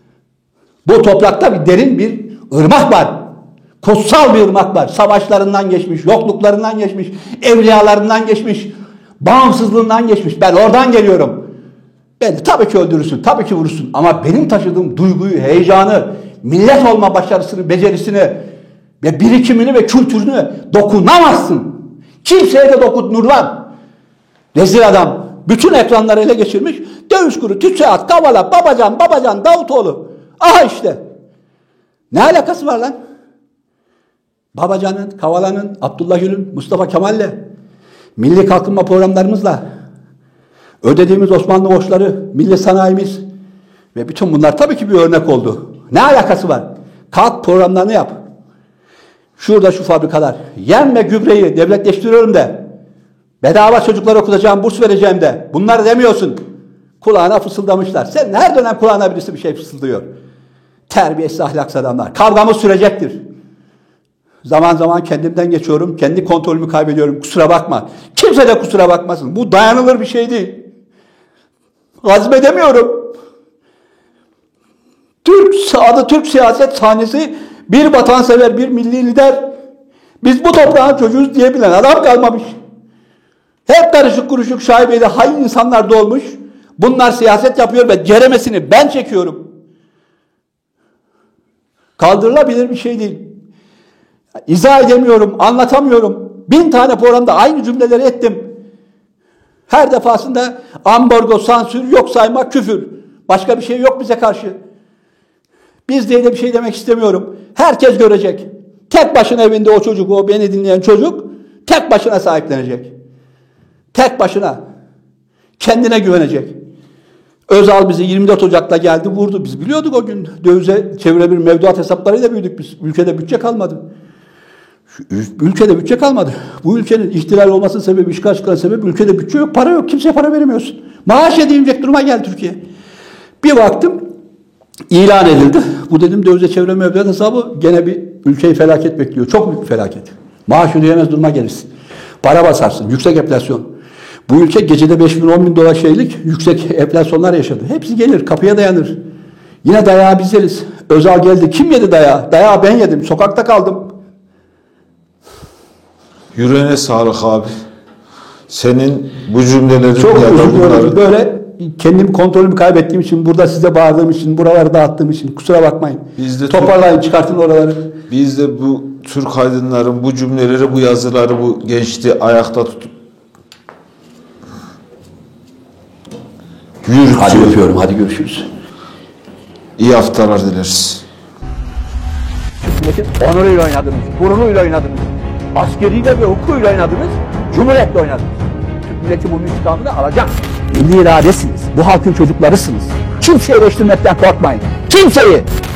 Bu toprakta bir derin bir ırmak var. Kutsal bir ırmak var. Savaşlarından geçmiş, yokluklarından geçmiş, evliyalarından geçmiş, bağımsızlığından geçmiş. Ben oradan geliyorum. Beni tabii ki öldürürsün, tabii ki vurursun. Ama benim taşıdığım duyguyu, heyecanı, millet olma başarısını, becerisini ve birikimini ve kültürünü dokunamazsın. Kimseye de dokunurlar. Rezil adam. Bütün ekranları ele geçirmiş. Döviz kuru, TÜSİAD, Kavala, Babacan, Babacan, Davutoğlu. Aha işte. Ne alakası var lan? Babacan'ın, Kavala'nın, Abdullah Gül'ün, Mustafa Kemal'le, milli kalkınma programlarımızla, ödediğimiz Osmanlı borçları, milli sanayimiz ve bütün bunlar tabii ki bir örnek oldu. Ne alakası var? Kalk programlarını yap. Şurada şu fabrikalar. Yem ve gübreyi devletleştiriyorum de. Bedava çocuklara okutacağım, burs vereceğim de. Bunları demiyorsun. Kulağına fısıldamışlar. Sen her dönem kulağına birisi bir şey fısıldıyor. Terbiyesiz ahlaksız adamlar. Kavgamız sürecektir. Zaman zaman kendimden geçiyorum. Kendi kontrolümü kaybediyorum. Kusura bakma. Kimse de kusura bakmasın. Bu dayanılır bir şey değil. Hazmedemiyorum. Türk, adı Türk siyaset sahnesi bir vatansever, bir milli lider. Biz bu toprağın çocuğuz diyebilen adam kalmamış. Hep karışık kuruşuk şaibeli hain insanlar dolmuş. Bunlar siyaset yapıyor ve ceremesini ben çekiyorum. Kaldırılabilir bir şey değil. İzah edemiyorum, anlatamıyorum. Bin tane programda aynı cümleleri ettim. Her defasında ambargo, sansür, yok sayma, küfür. Başka bir şey yok bize karşı. Biz diye de bir şey demek istemiyorum. Herkes görecek. Tek başına evinde o çocuk, o beni dinleyen çocuk tek başına sahiplenecek. Tek başına. Kendine güvenecek. Özal bizi yirmi dört Ocak'ta geldi, vurdu. Biz biliyorduk o gün. Dövize çevre bir mevduat hesaplarıyla büyüdük biz. Ülkede bütçe kalmadı. Şu ülkede bütçe kalmadı. Bu ülkenin ihtilal olmasının sebebi, işgal çıkan sebebi ülkede bütçe yok, para yok. Kimseye para veremiyorsun. Maaş ödeyemeyecek duruma geldi Türkiye. Bir baktım ilan edildi. Bu dedim dövize çevre mevduat hesabı gene bir ülkeyi felaket bekliyor. Çok büyük bir felaket. Maaş ödeyemez duruma gelirsin. Para basarsın. Yüksek enflasyon. Bu ülke gecede beş bin on bin dolar şeylik yüksek enflasyonlar yaşadı. Hepsi gelir, kapıya dayanır. Yine dayağı biz yeriz. Özal geldi. Kim yedi dayağı? Dayağı ben yedim. Sokakta kaldım. Yüreğine sağlık abi. Senin bu cümlelerin Çok ya da özür diliyorum. bunları- Böyle kendim kontrolümü kaybettiğim için, burada size bağırdığım için, buraları dağıttığım için kusura bakmayın. Biz de Toparlayın, çıkartın oraları. Biz de bu Türk aydınların bu cümleleri, bu yazıları, bu gençliği ayakta tutup yürütüyor. Hadi öpüyorum, hadi görüşürüz. İyi haftalar dileriz. Milletin onuruyla oynadınız, gururuyla oynadınız. Askeriyle ve hukukuyla oynadınız, cumhuriyetle oynadınız. Türk milleti bu intikamını alacak. Milli iradesiniz, bu halkın çocuklarısınız. Kimseyi eleştirmekten korkmayın. Kimseyi!